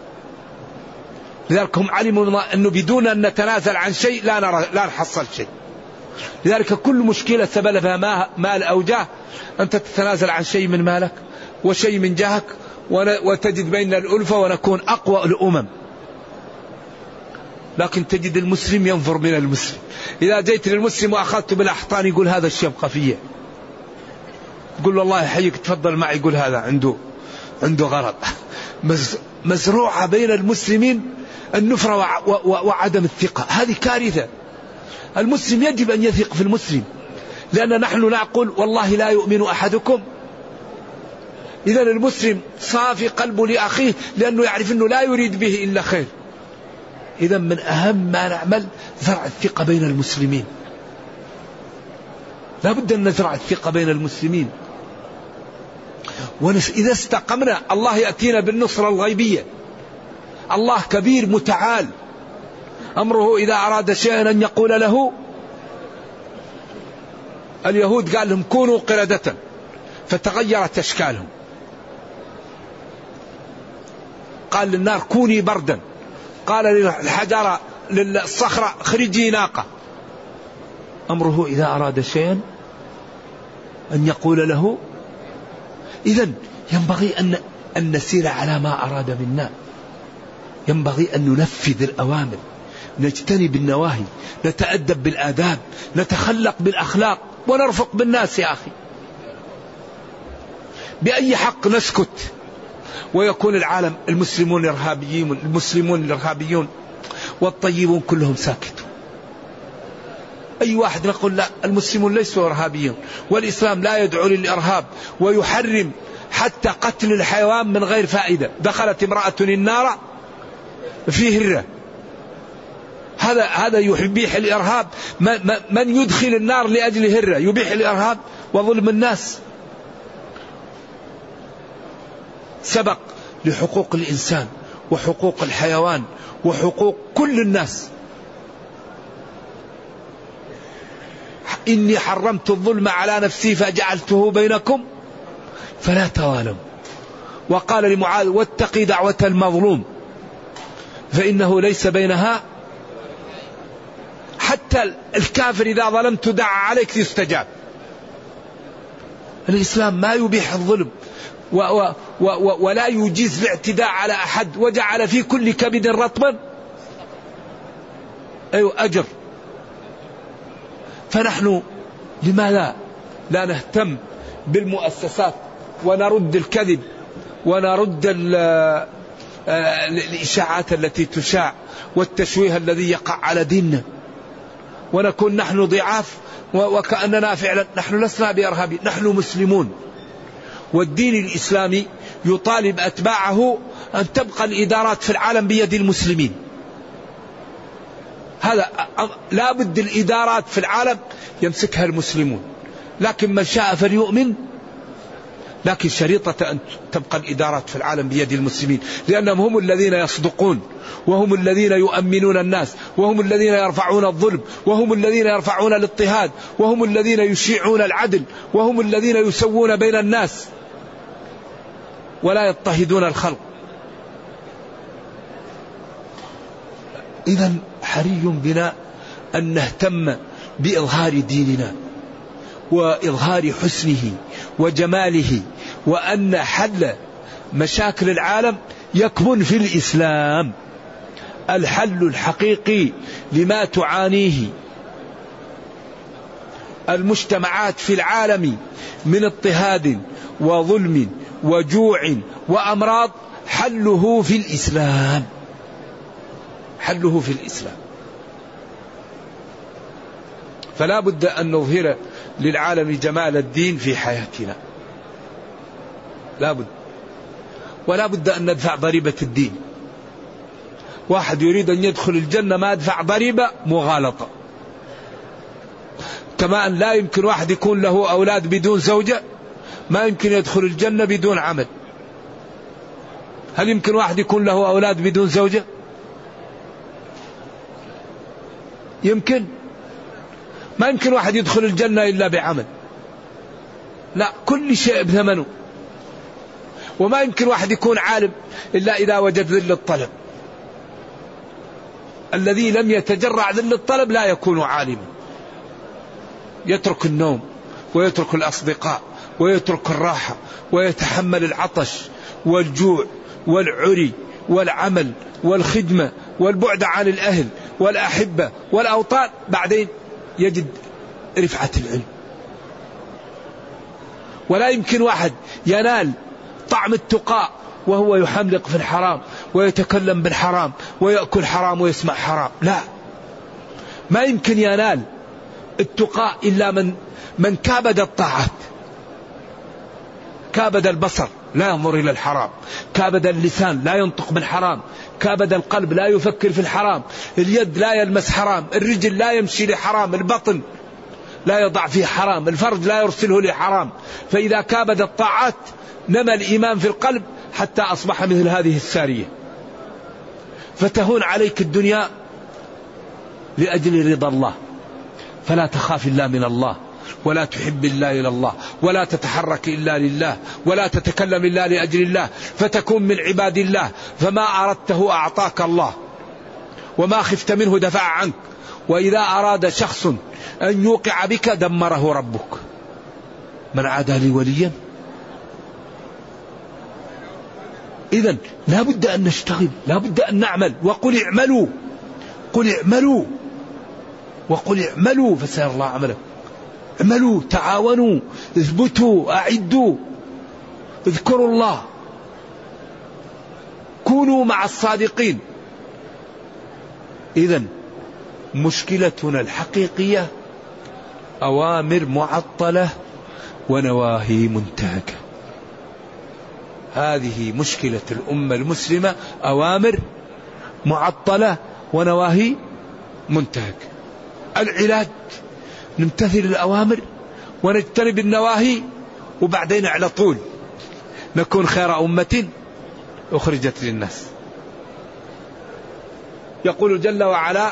لذلك هم علموا أنه بدون أن نتنازل عن شيء لا نحصل شيء. لذلك كل مشكلة سبب فيها مال أو جاه، أنت تتنازل عن شيء من مالك وشيء من جاهك، وتجد بين الألفة ونكون أقوى الأمم. لكن تجد المسلم ينظر من المسلم. إذا جيت للمسلم وأخذت بالأحضان يقول هذا الشيء يبقى فيه، تقول له الله يحييك تفضل معي، يقول هذا عنده غرض. مزروعة بين المسلمين النفرة وعدم الثقة. هذه كارثة. المسلم يجب أن يثق في المسلم، لأن نحن نقول والله لا يؤمن أحدكم. إذا المسلم صافي قلبه لأخيه، لأنه يعرف أنه لا يريد به إلا خير. إذا من أهم ما نعمل زرع الثقة بين المسلمين. لا بد أن نزرع الثقة بين المسلمين. وإذا استقمنا الله يأتينا بالنصرة الغيبية. الله كبير متعال، أمره إذا أراد شيئا أن يقول له. اليهود قال لهم كونوا قردة فتغيرت أشكالهم. قال للنار كوني بردا، قال للحجرة للصخرة خرجي ناقة. أمره إذا أراد شيئا أن يقول له. إذن ينبغي أن أن نسير على ما أراد منا. ينبغي أن ننفذ الأوامر، نجتنب النواهي، نتأدب بالآداب، نتخلق بالأخلاق، ونرفق بالناس يا أخي. بأي حق نسكت ويكون العالم المسلمون الإرهابيون والطيبون كلهم ساكتون؟ أي واحد نقول لا، المسلمون ليسوا إرهابيين، والإسلام لا يدعو للإرهاب ويحرم حتى قتل الحيوان من غير فائدة. دخلت امرأة النار في هرة، هذا يبيح الإرهاب. من يدخل النار لأجل هرة يبيح الإرهاب وظلم الناس. سبق لحقوق الإنسان وحقوق الحيوان وحقوق كل الناس. إني حرمت الظلم على نفسي فجعلته بينكم فلا تظالموا. وقال لمعاذ واتقي دعوة المظلوم فإنه ليس بينها، حتى الكافر إذا ظلمت دعا عليك يستجاب. الإسلام ما يبيح الظلم ولا يجيز الاعتداء على أحد، وجعل في كل كبد رطبا أجر. فنحن لماذا لا نهتم بالمؤسسات ونرد الكذب ونرد الإشاعات التي تشاع والتشويه الذي يقع على ديننا، ونكون نحن ضعاف وكأننا فعلا نحن لسنا بإرهابي، نحن مسلمون. والدين الإسلامي يطالب أتباعه أن تبقى الإدارات في العالم بيد المسلمين. هذا لا بد الإدارات في العالم يمسكها المسلمون، لكن من شاء فليؤمن. لكن شريطة أن تبقى الإدارات في العالم بيد المسلمين، لأنهم هم الذين يصدقون، وهم الذين يؤمنون الناس، وهم الذين يرفعون الظلم، وهم الذين يرفعون الاضطهاد، وهم الذين يشيعون العدل، وهم الذين يسوون بين الناس ولا يضطهدون الخلق. إذن حري بنا أن نهتم بإظهار ديننا وإظهار حسنه وجماله، وأن حل مشاكل العالم يكمن في الإسلام. الحل الحقيقي لما تعانيه المجتمعات في العالم من اضطهاد وظلم وجوع وأمراض حله في الإسلام، حله في الإسلام. فلا بد أن نظهر للعالم جمال الدين في حياتنا، لا بد. ولا بد أن ندفع ضريبة الدين. واحد يريد أن يدخل الجنة ما يدفع ضريبة مغالطة. كما أن لا يمكن واحد يكون له أولاد بدون زوجة، ما يمكن يدخل الجنة بدون عمل. هل يمكن واحد يكون له أولاد بدون زوجة؟ يمكن. ما يمكن واحد يدخل الجنة إلا بعمل. لا، كل شيء بثمنه. وما يمكن واحد يكون عالم إلا إذا وجد ذل الطلب. الذي لم يتجرع ذل الطلب لا يكون عالما. يترك النوم ويترك الأصدقاء ويترك الراحة ويتحمل العطش والجوع والعري والعمل والخدمة والبعد عن الأهل والأحبة والأوطان، بعدين يجد رفعة العلم. ولا يمكن واحد ينال طعم التقاء وهو يحملق في الحرام ويتكلم بالحرام ويأكل حرام ويسمع حرام. لا، ما يمكن ينال التقاء إلا من كابد الطاعات. كابد البصر لا ينظر إلى الحرام، كابد اللسان لا ينطق بالحرام، كابد القلب لا يفكر في الحرام، اليد لا يلمس حرام، الرجل لا يمشي لحرام، البطن لا يضع فيه حرام، الفرج لا يرسله لحرام. فإذا كابد الطاعات نمى الإيمان في القلب حتى أصبح مثل هذه السارية. فتهون عليك الدنيا لأجل رضا الله، فلا تخاف إلا من الله، ولا تحب إلا إلى الله، ولا تتحرك إلا لله، ولا تتكلم إلا لأجل الله، فتكون من عباد الله. فما أردته أعطاك الله، وما خفت منه دفع عنك. وإذا أراد شخص أن يوقع بك دمره ربك. من عادى لي وليا إذن لا بد أن نشتغل، لا بد أن نعمل. وقل اعملوا، قل اعملوا، وقل اعملوا فسيرى الله عملكم. اعملوا، تعاونوا، اثبتوا، أعدوا، اذكروا الله، كونوا مع الصادقين. إذن مشكلتنا الحقيقية أوامر معطلة ونواهي منتهكة. هذه مشكلة الأمة المسلمة، أوامر معطلة ونواهي منتهكة. العلاج نمتثل الأوامر ونجتنب النواهي، وبعدين على طول نكون خير أمة أخرجت للناس. يقول جل وعلا: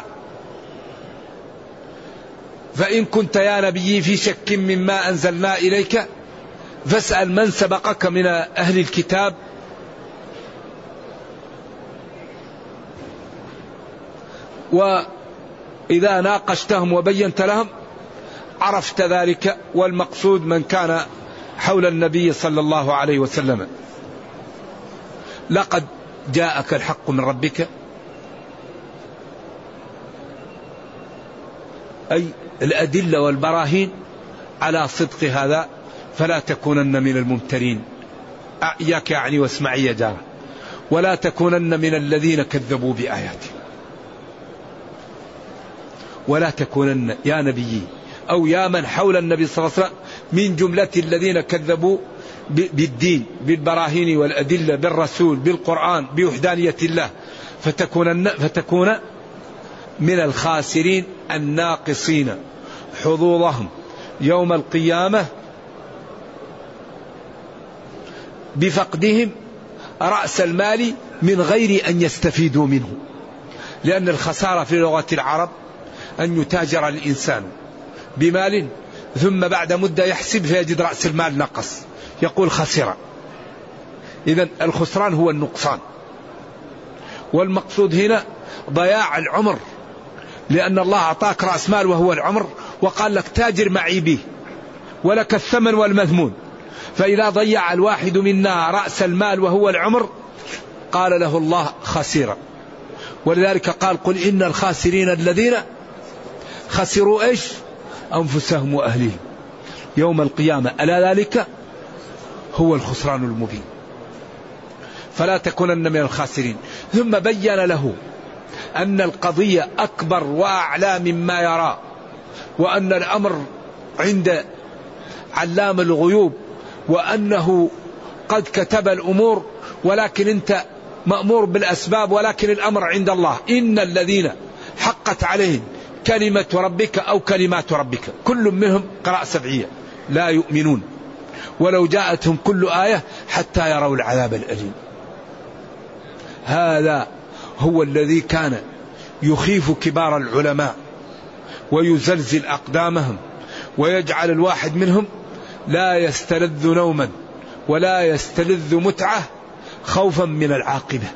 فإن كنت يا نبي في شك مما أنزلنا إليك فاسأل من سبقك من أهل الكتاب وإذا ناقشتهم وبينت لهم عرفت ذلك. والمقصود من كان حول النبي صلى الله عليه وسلم. لقد جاءك الحق من ربك، أي الأدلة والبراهين على صدق هذا، فلا تكونن من الممترين. إياك يعني واسمعي يا جارة، ولا تكونن من الذين كذبوا بآياتي، ولا تكونن يا نبي أو يا من حول النبي صلى الله عليه وسلم من جملة الذين كذبوا بالدين، بالبراهين والأدلة، بالرسول، بالقرآن، بوحدانية الله، فتكون من الخاسرين الناقصين حظوظهم يوم القيامة بفقدهم رأس المال من غير أن يستفيدوا منه. لأن الخسارة في لغة العرب أن يتاجر الإنسان بمال ثم بعد مدة يحسب فيجد رأس المال نقص، يقول خسر. إذن الخسران هو النقصان. والمقصود هنا ضياع العمر، لأن الله أعطاك رأس مال وهو العمر، وقال لك تاجر معي به ولك الثمن والمثمون. فإذا ضيع الواحد منا رأس المال وهو العمر قال له الله خسيرا. ولذلك قال: قل إن الخاسرين الذين خسروا إيش؟ أنفسهم وأهليهم يوم القيامة، ألا ذلك هو الخسران المبين. فلا تكونن من الخاسرين. ثم بين له أن القضية أكبر وأعلى مما يرى، وأن الأمر عند علام الغيوب، وأنه قد كتب الأمور، ولكن أنت مأمور بالأسباب، ولكن الأمر عند الله. إن الذين حقت عليهم كلمة ربك أو كلمات ربك، كل منهم قراءة سبعية، لا يؤمنون ولو جاءتهم كل آية حتى يروا العذاب الأليم. هذا هو الذي كان يخيف كبار العلماء ويزلزل أقدامهم، ويجعل الواحد منهم لا يستلذ نوما ولا يستلذ متعة خوفا من العاقبة.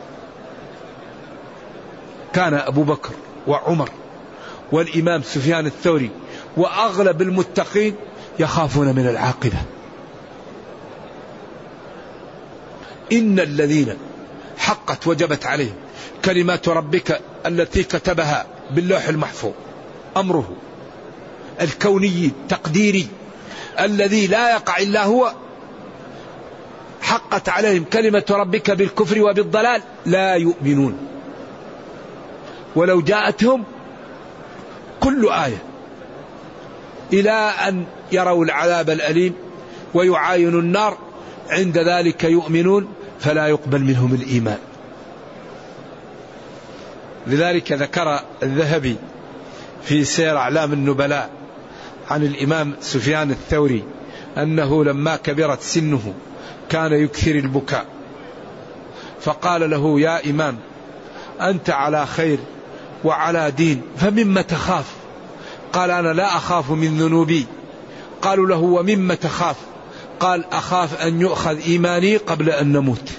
كان أبو بكر وعمر والإمام سفيان الثوري وأغلب المتقين يخافون من العاقبة. إن الذين حقت وجبت عليهم كلمات ربك التي كتبها باللوح المحفوظ، أمره الكوني التقديري الذي لا يقع إلا هو، حقت عليهم كلمة ربك بالكفر وبالضلال لا يؤمنون ولو جاءتهم كل آية، إلى أن يروا العذاب الأليم ويعاينوا النار، عند ذلك يؤمنون فلا يقبل منهم الإيمان. لذلك ذكر الذهبي في سير أعلام النبلاء عن الإمام سفيان الثوري أنه لما كبرت سنه كان يكثر البكاء، فقال له: يا إمام أنت على خير وعلى دين، فمما تخاف؟ قال: أنا لا أخاف من ذنوبي. قالوا له: ومما تخاف؟ قال: أخاف أن يؤخذ إيماني قبل أن نموت،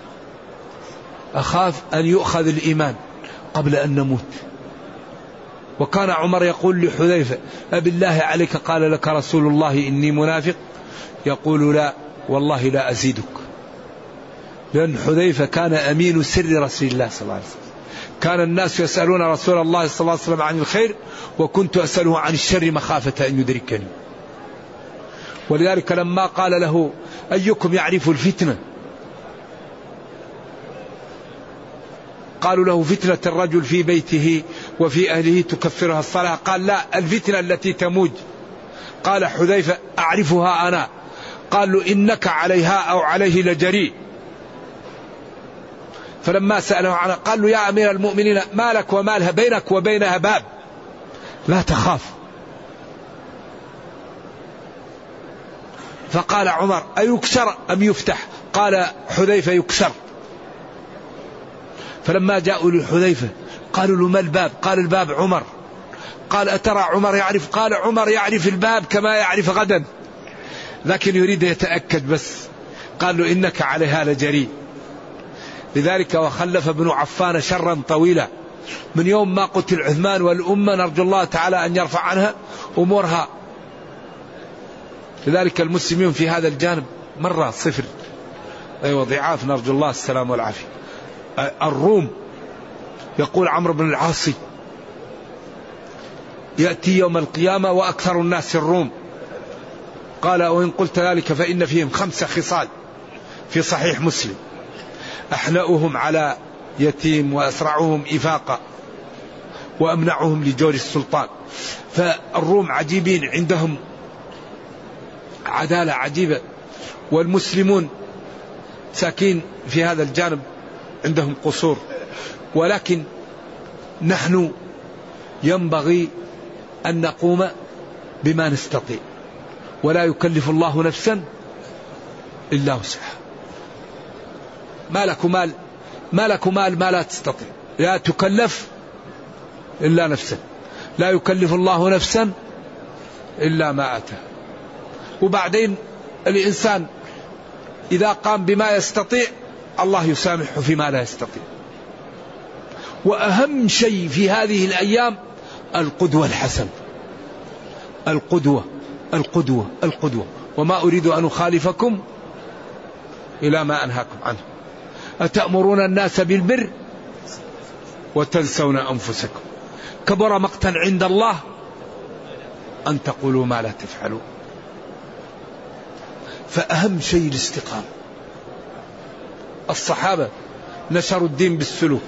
أخاف أن يؤخذ الإيمان قبل أن نموت. وكان عمر يقول لحذيفة: أبالله عليك قال لك رسول الله إني منافق؟ يقول: لا والله لا أزيدك. لأن حذيفة كان أمين سر رسول الله صلى الله عليه وسلم. كان الناس يسألون رسول الله صلى الله عليه وسلم عن الخير، وكنت أسأله عن الشر مخافة أن يدركني. ولذلك لما قال له أيكم يعرف الفتنة، قالوا له فتنة الرجل في بيته وفي أهله تكفرها الصلاة، قال لا، الفتنة التي تموج. قال حذيفة أعرفها أنا. قال له إنك عليها أو عليه لجريء. فلما سأله عنها قال له يا أمير المؤمنين ما لك ومالها، بينك وبينها باب لا تخاف. فقال عمر أيكسر أم يفتح؟ قال حذيفة يكسر. فلما جاءوا لحذيفة قالوا له ما الباب؟ قال الباب عمر. قال أترى عمر يعرف؟ قال عمر يعرف الباب كما يعرف غدا، لكن يريد يتأكد بس. قال له إنك عليها لجريء. لذلك وخلف ابن عفان شرا طويلا من يوم ما قتل عثمان، والأمة نرجو الله تعالى أن يرفع عنها أمورها. لذلك المسلمين في هذا الجانب مرة صفر، أيوة ضعاف، نرجو الله السلام والعافية. الروم، يقول عمرو بن العاص يأتي يوم القيامة وأكثر الناس الروم. قال وإن قلت ذلك فإن فيهم 5 خصال في صحيح مسلم: أحنأهم على يتيم، وأسرعهم إفاقا، وأمنعهم لجور السلطان. فالروم عجيبين، عندهم عدالة عجيبة، والمسلمون ساكين في هذا الجانب عندهم قصور. ولكن نحن ينبغي أن نقوم بما نستطيع، ولا يكلف الله نفسا إلا وسعها. ما لك مال ما لا تستطيع، لا تكلف إلا نفسك، لا يكلف الله نفسا إلا ما أتاه. وبعدين الإنسان إذا قام بما يستطيع الله يسامحه فيما لا يستطيع. وأهم شيء في هذه الأيام القدوة الحسنة، القدوة. وما أريد أن أخالفكم إلى ما أنهاكم عنه. أتأمرون الناس بالبر وتنسون أنفسكم، كبر مقتا عند الله أن تقولوا ما لا تفعلون. فأهم شيء الاستقامة. الصحابة نشروا الدين بالسلوك،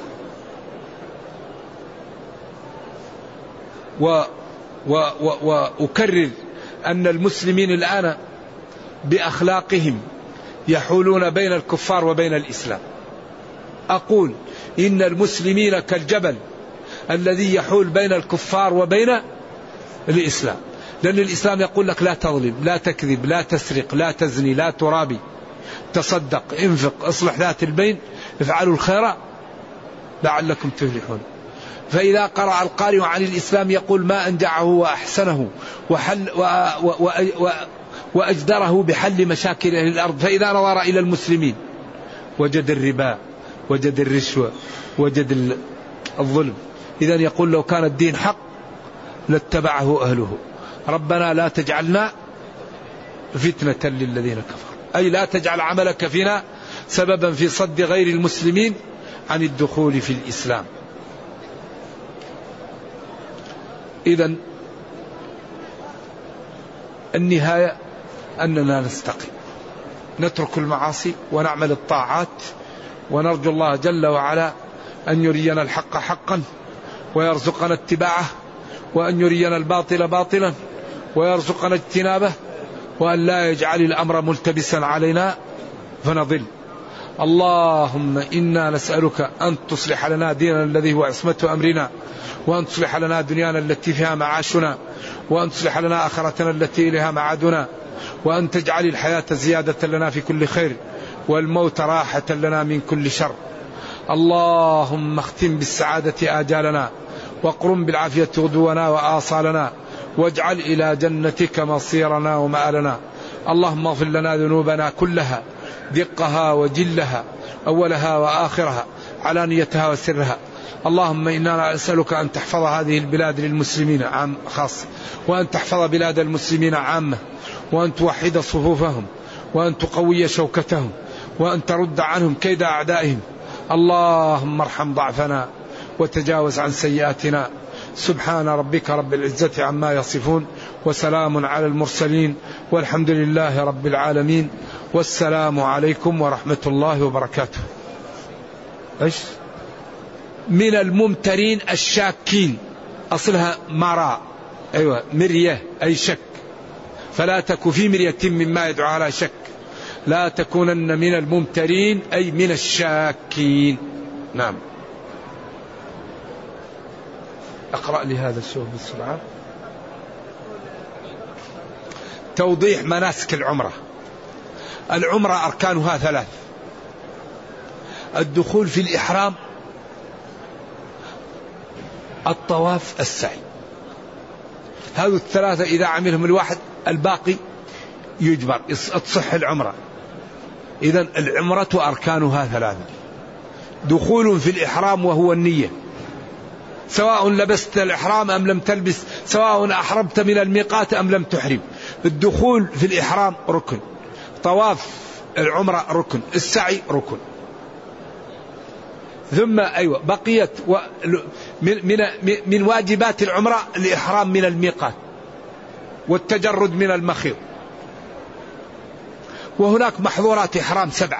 وأكرر أن المسلمين الآن بأخلاقهم يحولون بين الكفار وبين الإسلام. أقول إن المسلمين كالجبل الذي يحول بين الكفار وبين الإسلام، لأن الإسلام يقول لك لا تظلم، لا تكذب، لا تسرق، لا تزني، لا ترابي، تصدق، انفق، اصلح ذات البين، افعلوا الخير لعلكم تفلحون. فإذا قرأ القارئ عن الإسلام يقول ما أنجعه وأحسنه وأجدره بحل مشاكل أهل الأرض. فإذا نظر إلى المسلمين وجد الربا، وجد الرشوة، وجد الظلم. إذن يقول لو كان الدين حق لاتبعه أهله. ربنا لا تجعلنا فتنة للذين كفروا، أي لا تجعل عملك فينا سببا في صد غير المسلمين عن الدخول في الإسلام. إذن النهاية أننا نستقيم، نترك المعاصي ونعمل الطاعات، ونرجو الله جل وعلا أن يرينا الحق حقا ويرزقنا اتباعه، وأن يرينا الباطل باطلا ويرزقنا اجتنابه، وأن لا يجعل الأمر ملتبسا علينا فنضل. اللهم إنا نسألك أن تصلح لنا ديننا الذي هو عصمة أمرنا، وأن تصلح لنا دنيانا التي فيها معاشنا، وأن تصلح لنا آخرتنا التي إليها معادنا، وأن تجعل الحياة زيادة لنا في كل خير، والموت راحة لنا من كل شر. اللهم اختم بالسعادة آجالنا، واقرم بالعافية غدونا وآصالنا، واجعل إلى جنتك مصيرنا ومآلنا. اللهم اغفر لنا ذنوبنا كلها، دقها وجلها، أولها وآخرها، علانيتها وسرها. اللهم إنا نسألك أن تحفظ هذه البلاد للمسلمين خاصة، وأن تحفظ بلاد المسلمين عامة، وأن توحد صفوفهم، وأن تقوي شوكتهم، وأن ترد عنهم كيد أعدائهم. اللهم ارحم ضعفنا وتجاوز عن سيئاتنا. سبحان ربك رب العزة عما يصفون وسلام على المرسلين والحمد لله رب العالمين. والسلام عليكم ورحمة الله وبركاته. إيش؟ من الممترين الشاكين، أصلها مرى، أيوة مرية أي شك، فلا تك في مرية مما يدعو على شك، لا تكونن من الممترين أي من الشاكين. نعم. أقرأ لي هذا السؤال بسرعة. توضيح مناسك العمرة. العمرة أركانها 3: الدخول في الإحرام، الطواف، السعي. هذه الثلاثة إذا عملهم الواحد الباقي يجبر تصح العمرة. إذن العمرة أركانها 3: دخول في الإحرام وهو النية، سواء لبست الإحرام أم لم تلبس، سواء أحرمت من الميقات أم لم تحرم. الدخول في الإحرام ركن، طواف العمرة ركن، السعي ركن. ثم بقيت من واجبات العمرة الإحرام من الميقات والتجرد من المخيط. وهناك محظورات إحرام 7: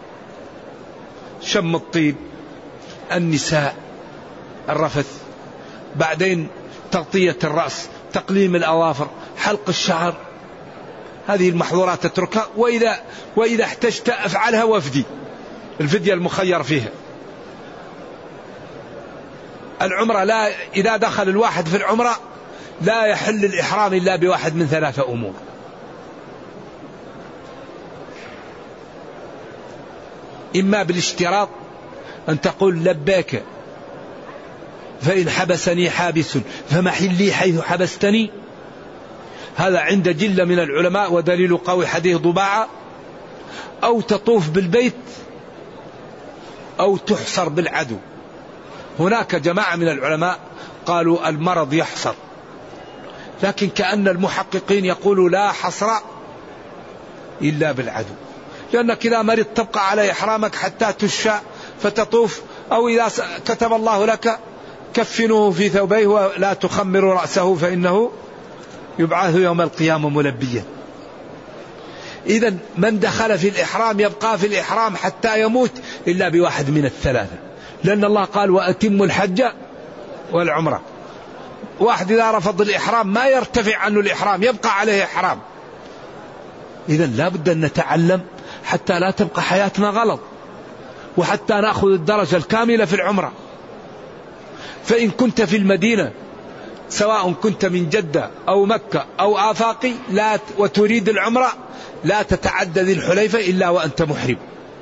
شم الطيب، النساء، الرفث، بعدين تغطية الرأس، تقليم الأظافر، حلق الشعر. هذه المحظورات تتركها، وإذا احتجت أفعلها وافدي، الفدية المخير فيها. العمرة لا، إذا دخل الواحد في العمرة لا يحل الإحرام إلا بواحد من 3 أمور: إما بالاشتراط، أن تقول لبيك فإن حبسني حابس فمحلي حيث حبستني، هذا عند جلة من العلماء ودليل قوي حديث ضباعة. أو تطوف بالبيت، أو تحصر بالعدو. هناك جماعة من العلماء قالوا المرض يحصر، لكن كأن المحققين يقولوا لا حصر إلا بالعدو، لأنك إذا مرض تبقى على إحرامك حتى تشفى فتطوف، أو إذا كتب الله لك كفنوه في ثوبيه ولا تخمروا رأسه فإنه يبعث يوم القيامة ملبيا. إذن من دخل في الإحرام يبقى في الإحرام حتى يموت إلا بواحد من 3، لأن الله قال وأتموا الحج والعمرة. واحد إذا رفض الإحرام ما يرتفع عنه الإحرام، يبقى عليه إحرام. إذن لا بد أن نتعلم حتى لا تبقى حياتنا غلط، وحتى نأخذ الدرجة الكاملة في العمرة. فإن كنت في المدينة، سواء كنت من جدة أو مكة أو آفاقي، وتريد العمرة، لا تتعدى ذي الحليفة إلا وأنت محرم.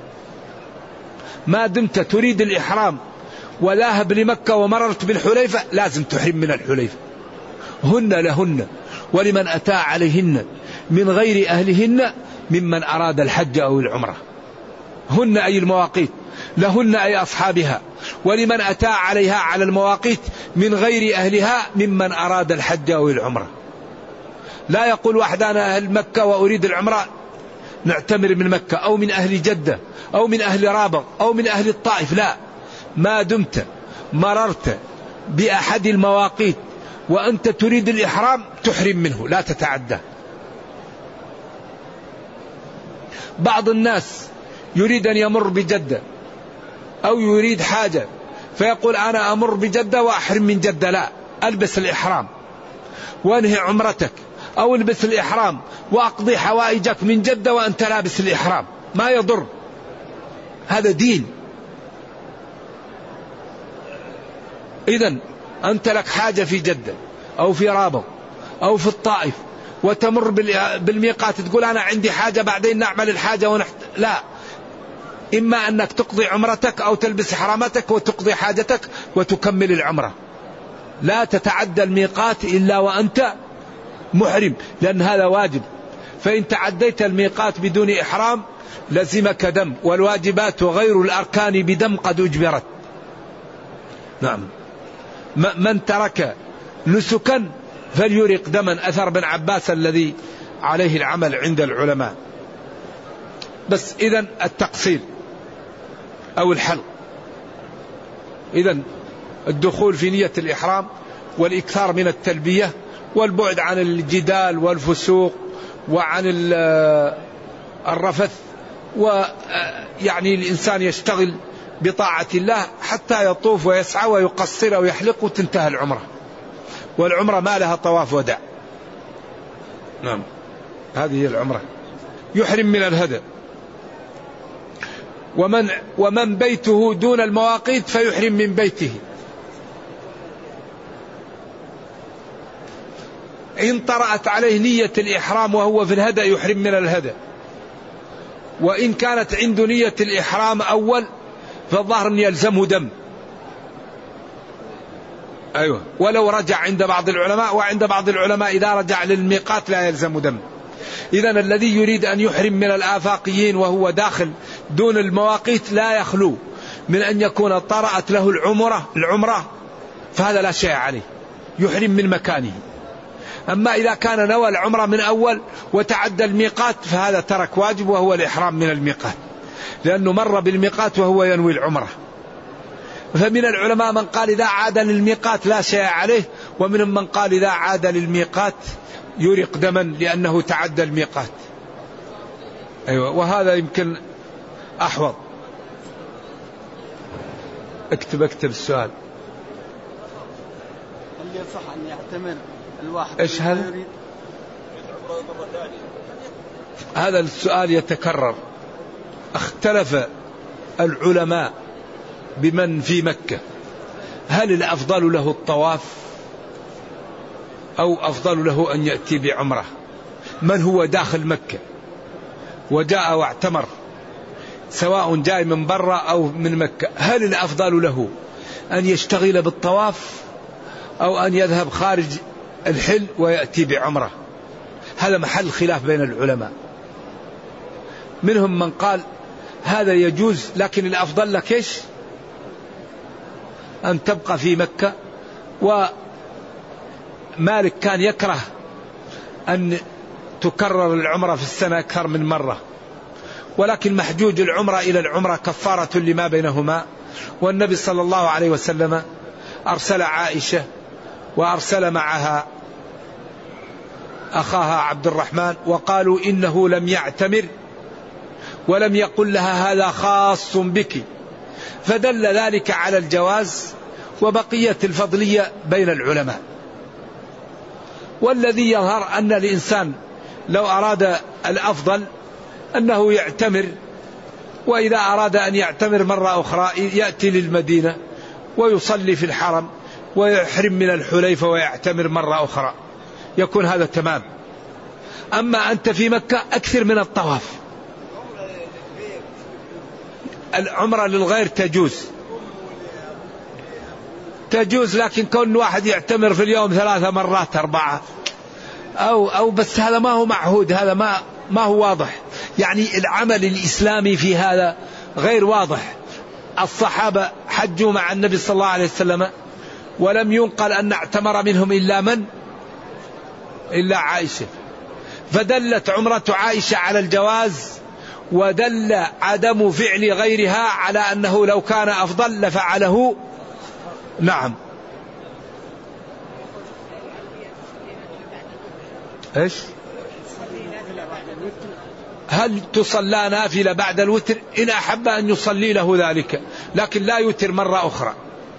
ما دمت تريد الإحرام وذاهب لمكة ومررت بالحليفة لازم تحرم من الحليفة. هن لهن ولمن أتى عليهن من غير أهلهن ممن أراد الحج أو العمرة. هن أي المواقيت، لهن أي أصحابها، ولمن أتى عليها على المواقيت من غير أهلها ممن أراد الحج أو العمرة. لا يقول واحد أنا أهل مكة وأريد العمرة نعتمر من مكة، أو من أهل جدة، أو من أهل رابغ، أو من أهل الطائف. لا، ما دمت مررت بأحد المواقيت وأنت تريد الإحرام تحرم منه، لا تتعدى. بعض الناس يريد أن يمر بجدة أو يريد حاجة فيقول أنا أمر بجدة وأحرم من جدة. لا، ألبس الإحرام وانهي عمرتك، أو البس الإحرام وأقضي حوائجك من جدة وأنت لابس الإحرام، ما يضر، هذا دين. إذن أنت لك حاجة في جدة أو في رابغ أو في الطائف وتمر بالميقات تقول أنا عندي حاجة بعدين نعمل الحاجة لا، إما أنك تقضي عمرتك أو تلبس إحرامتك وتقضي حاجتك وتكمل العمرة. لا تتعدى الميقات إلا وأنت محرم، لأن هذا واجب. فإن تعديت الميقات بدون إحرام لزمك دم، والواجبات وغير الأركان بدم قد أجبرت. نعم. من ترك نسكا فليرق دما، أثر بن عباس الذي عليه العمل عند العلماء. بس إذن التقصير أو الحلق. إذن الدخول في نية الإحرام والإكثار من التلبية والبعد عن الجدال والفسوق وعن الرفث، ويعني الإنسان يشتغل بطاعة الله حتى يطوف ويسعى ويقصر ويحلق وتنتهي العمرة. والعمرة ما لها طواف وداع. نعم، هذه هي العمرة. يحرم من الهدى. ومن بيته دون المواقيت فيحرم من بيته. إن طرأت عليه نية الإحرام وهو في الهدى يحرم من الهدى. وإن كانت عنده نية الإحرام أول فالظاهر أن يلزمه دم. أيوة، ولو رجع عند بعض العلماء، وعند بعض العلماء إذا رجع للميقات لا يلزم دم. إذن الذي يريد أن يحرم من الآفاقيين وهو داخل دون المواقيت لا يخلو من أن يكون طرأت له العمرة فهذا لا شيء عليه، يحرم من مكانه. أما إذا كان نوى العمرة من أول وتعدى الميقات فهذا ترك واجب وهو الإحرام من الميقات، لأنه مر بالميقات وهو ينوي العمرة. فمن العلماء من قال إذا عاد للميقات لا شيء عليه، ومنهم من قال إذا عاد للميقات يرق دما لأنه تعدى الميقات. أيوة، وهذا يمكن أحوط. اكتب السؤال. هل يصح أن يعتمر الواحد؟ إيش هذا؟ هذا السؤال يتكرر. اختلف العلماء بمن في مكة، هل الأفضل له الطواف أو أفضل له أن يأتي بعمرة؟ من هو داخل مكة وجاء واعتمر سواء جاي من برا أو من مكة، هل الأفضل له أن يشتغل بالطواف أو أن يذهب خارج الحل ويأتي بعمرة؟ هذا محل خلاف بين العلماء. منهم من قال هذا يجوز، لكن الأفضل لك إيش؟ أن تبقى في مكة. ومالك كان يكره أن تكرر العمرة في السنة أكثر من مرة، ولكن محجوج العمرة إلى العمرة كفارة لما بينهما. والنبي صلى الله عليه وسلم أرسل عائشة وأرسل معها أخاها عبد الرحمن، وقالوا إنه لم يعتمر ولم يقل لها هذا خاص بك، فدل ذلك على الجواز وبقية الفضلية بين العلماء. والذي يظهر أن الإنسان لو أراد الأفضل أنه يعتمر، وإذا أراد أن يعتمر مرة أخرى يأتي للمدينة ويصلي في الحرم ويحرم من الحليفة ويعتمر مرة أخرى، يكون هذا تمام. أما أنت في مكة أكثر من الطواف. العمرة للغير تجوز، لكن كون واحد يعتمر في اليوم 3 مرات 4 أو بس هذا ما هو معهود، هذا ما هو واضح. يعني العمل الإسلامي في هذا غير واضح. الصحابة حجوا مع النبي صلى الله عليه وسلم ولم ينقل أن اعتمر منهم إلا عائشة، فدلت عمرة عائشة على الجواز، ودل عدم فعل غيرها على أنه لو كان أفضل لفعله. نعم. إيش؟ هل تصلى نافلة بعد الوتر؟ إن أحب أن يصلي له ذلك، لكن لا يوتر مرة أخرى.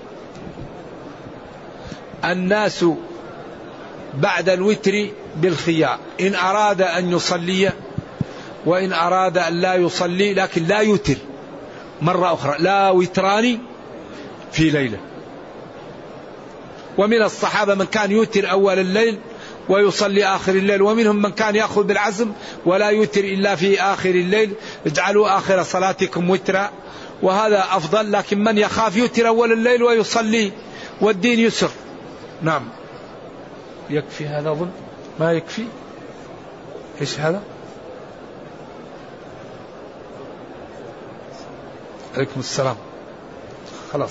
الناس بعد الوتر بالخيار، إن أراد أن يصلي وإن أراد أن لا يصلي، لكن لا يوتر مرة أخرى، لا وتران في ليلة. ومن الصحابة من كان يوتر أول الليل ويصلي آخر الليل، ومنهم من كان يأخذ بالعزم ولا يوتر إلا في آخر الليل. اجعلوا آخر صلاتكم وترا، وهذا أفضل. لكن من يخاف يوتر أول الليل ويصلي، والدين يسر. نعم. يكفي هذا أظن؟ ما يكفي؟ إيش هذا؟ عليكم السلام. خلاص.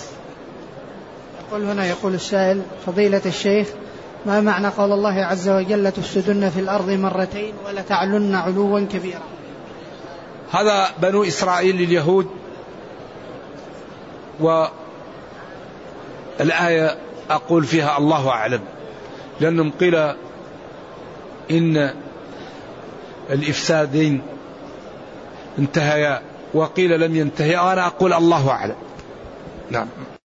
يقول السائل: فضيلة الشيخ، ما معنى قول الله عز وجل: تفسدن في الأرض مرتين ولتعلن علوا كبيرا؟ هذا بنو إسرائيل اليهود. والآية أقول فيها الله أعلم، لأنهم قيل إن الإفسادين انتهيا وقيل لم ينتهيا، وأنا أقول الله أعلم. نعم.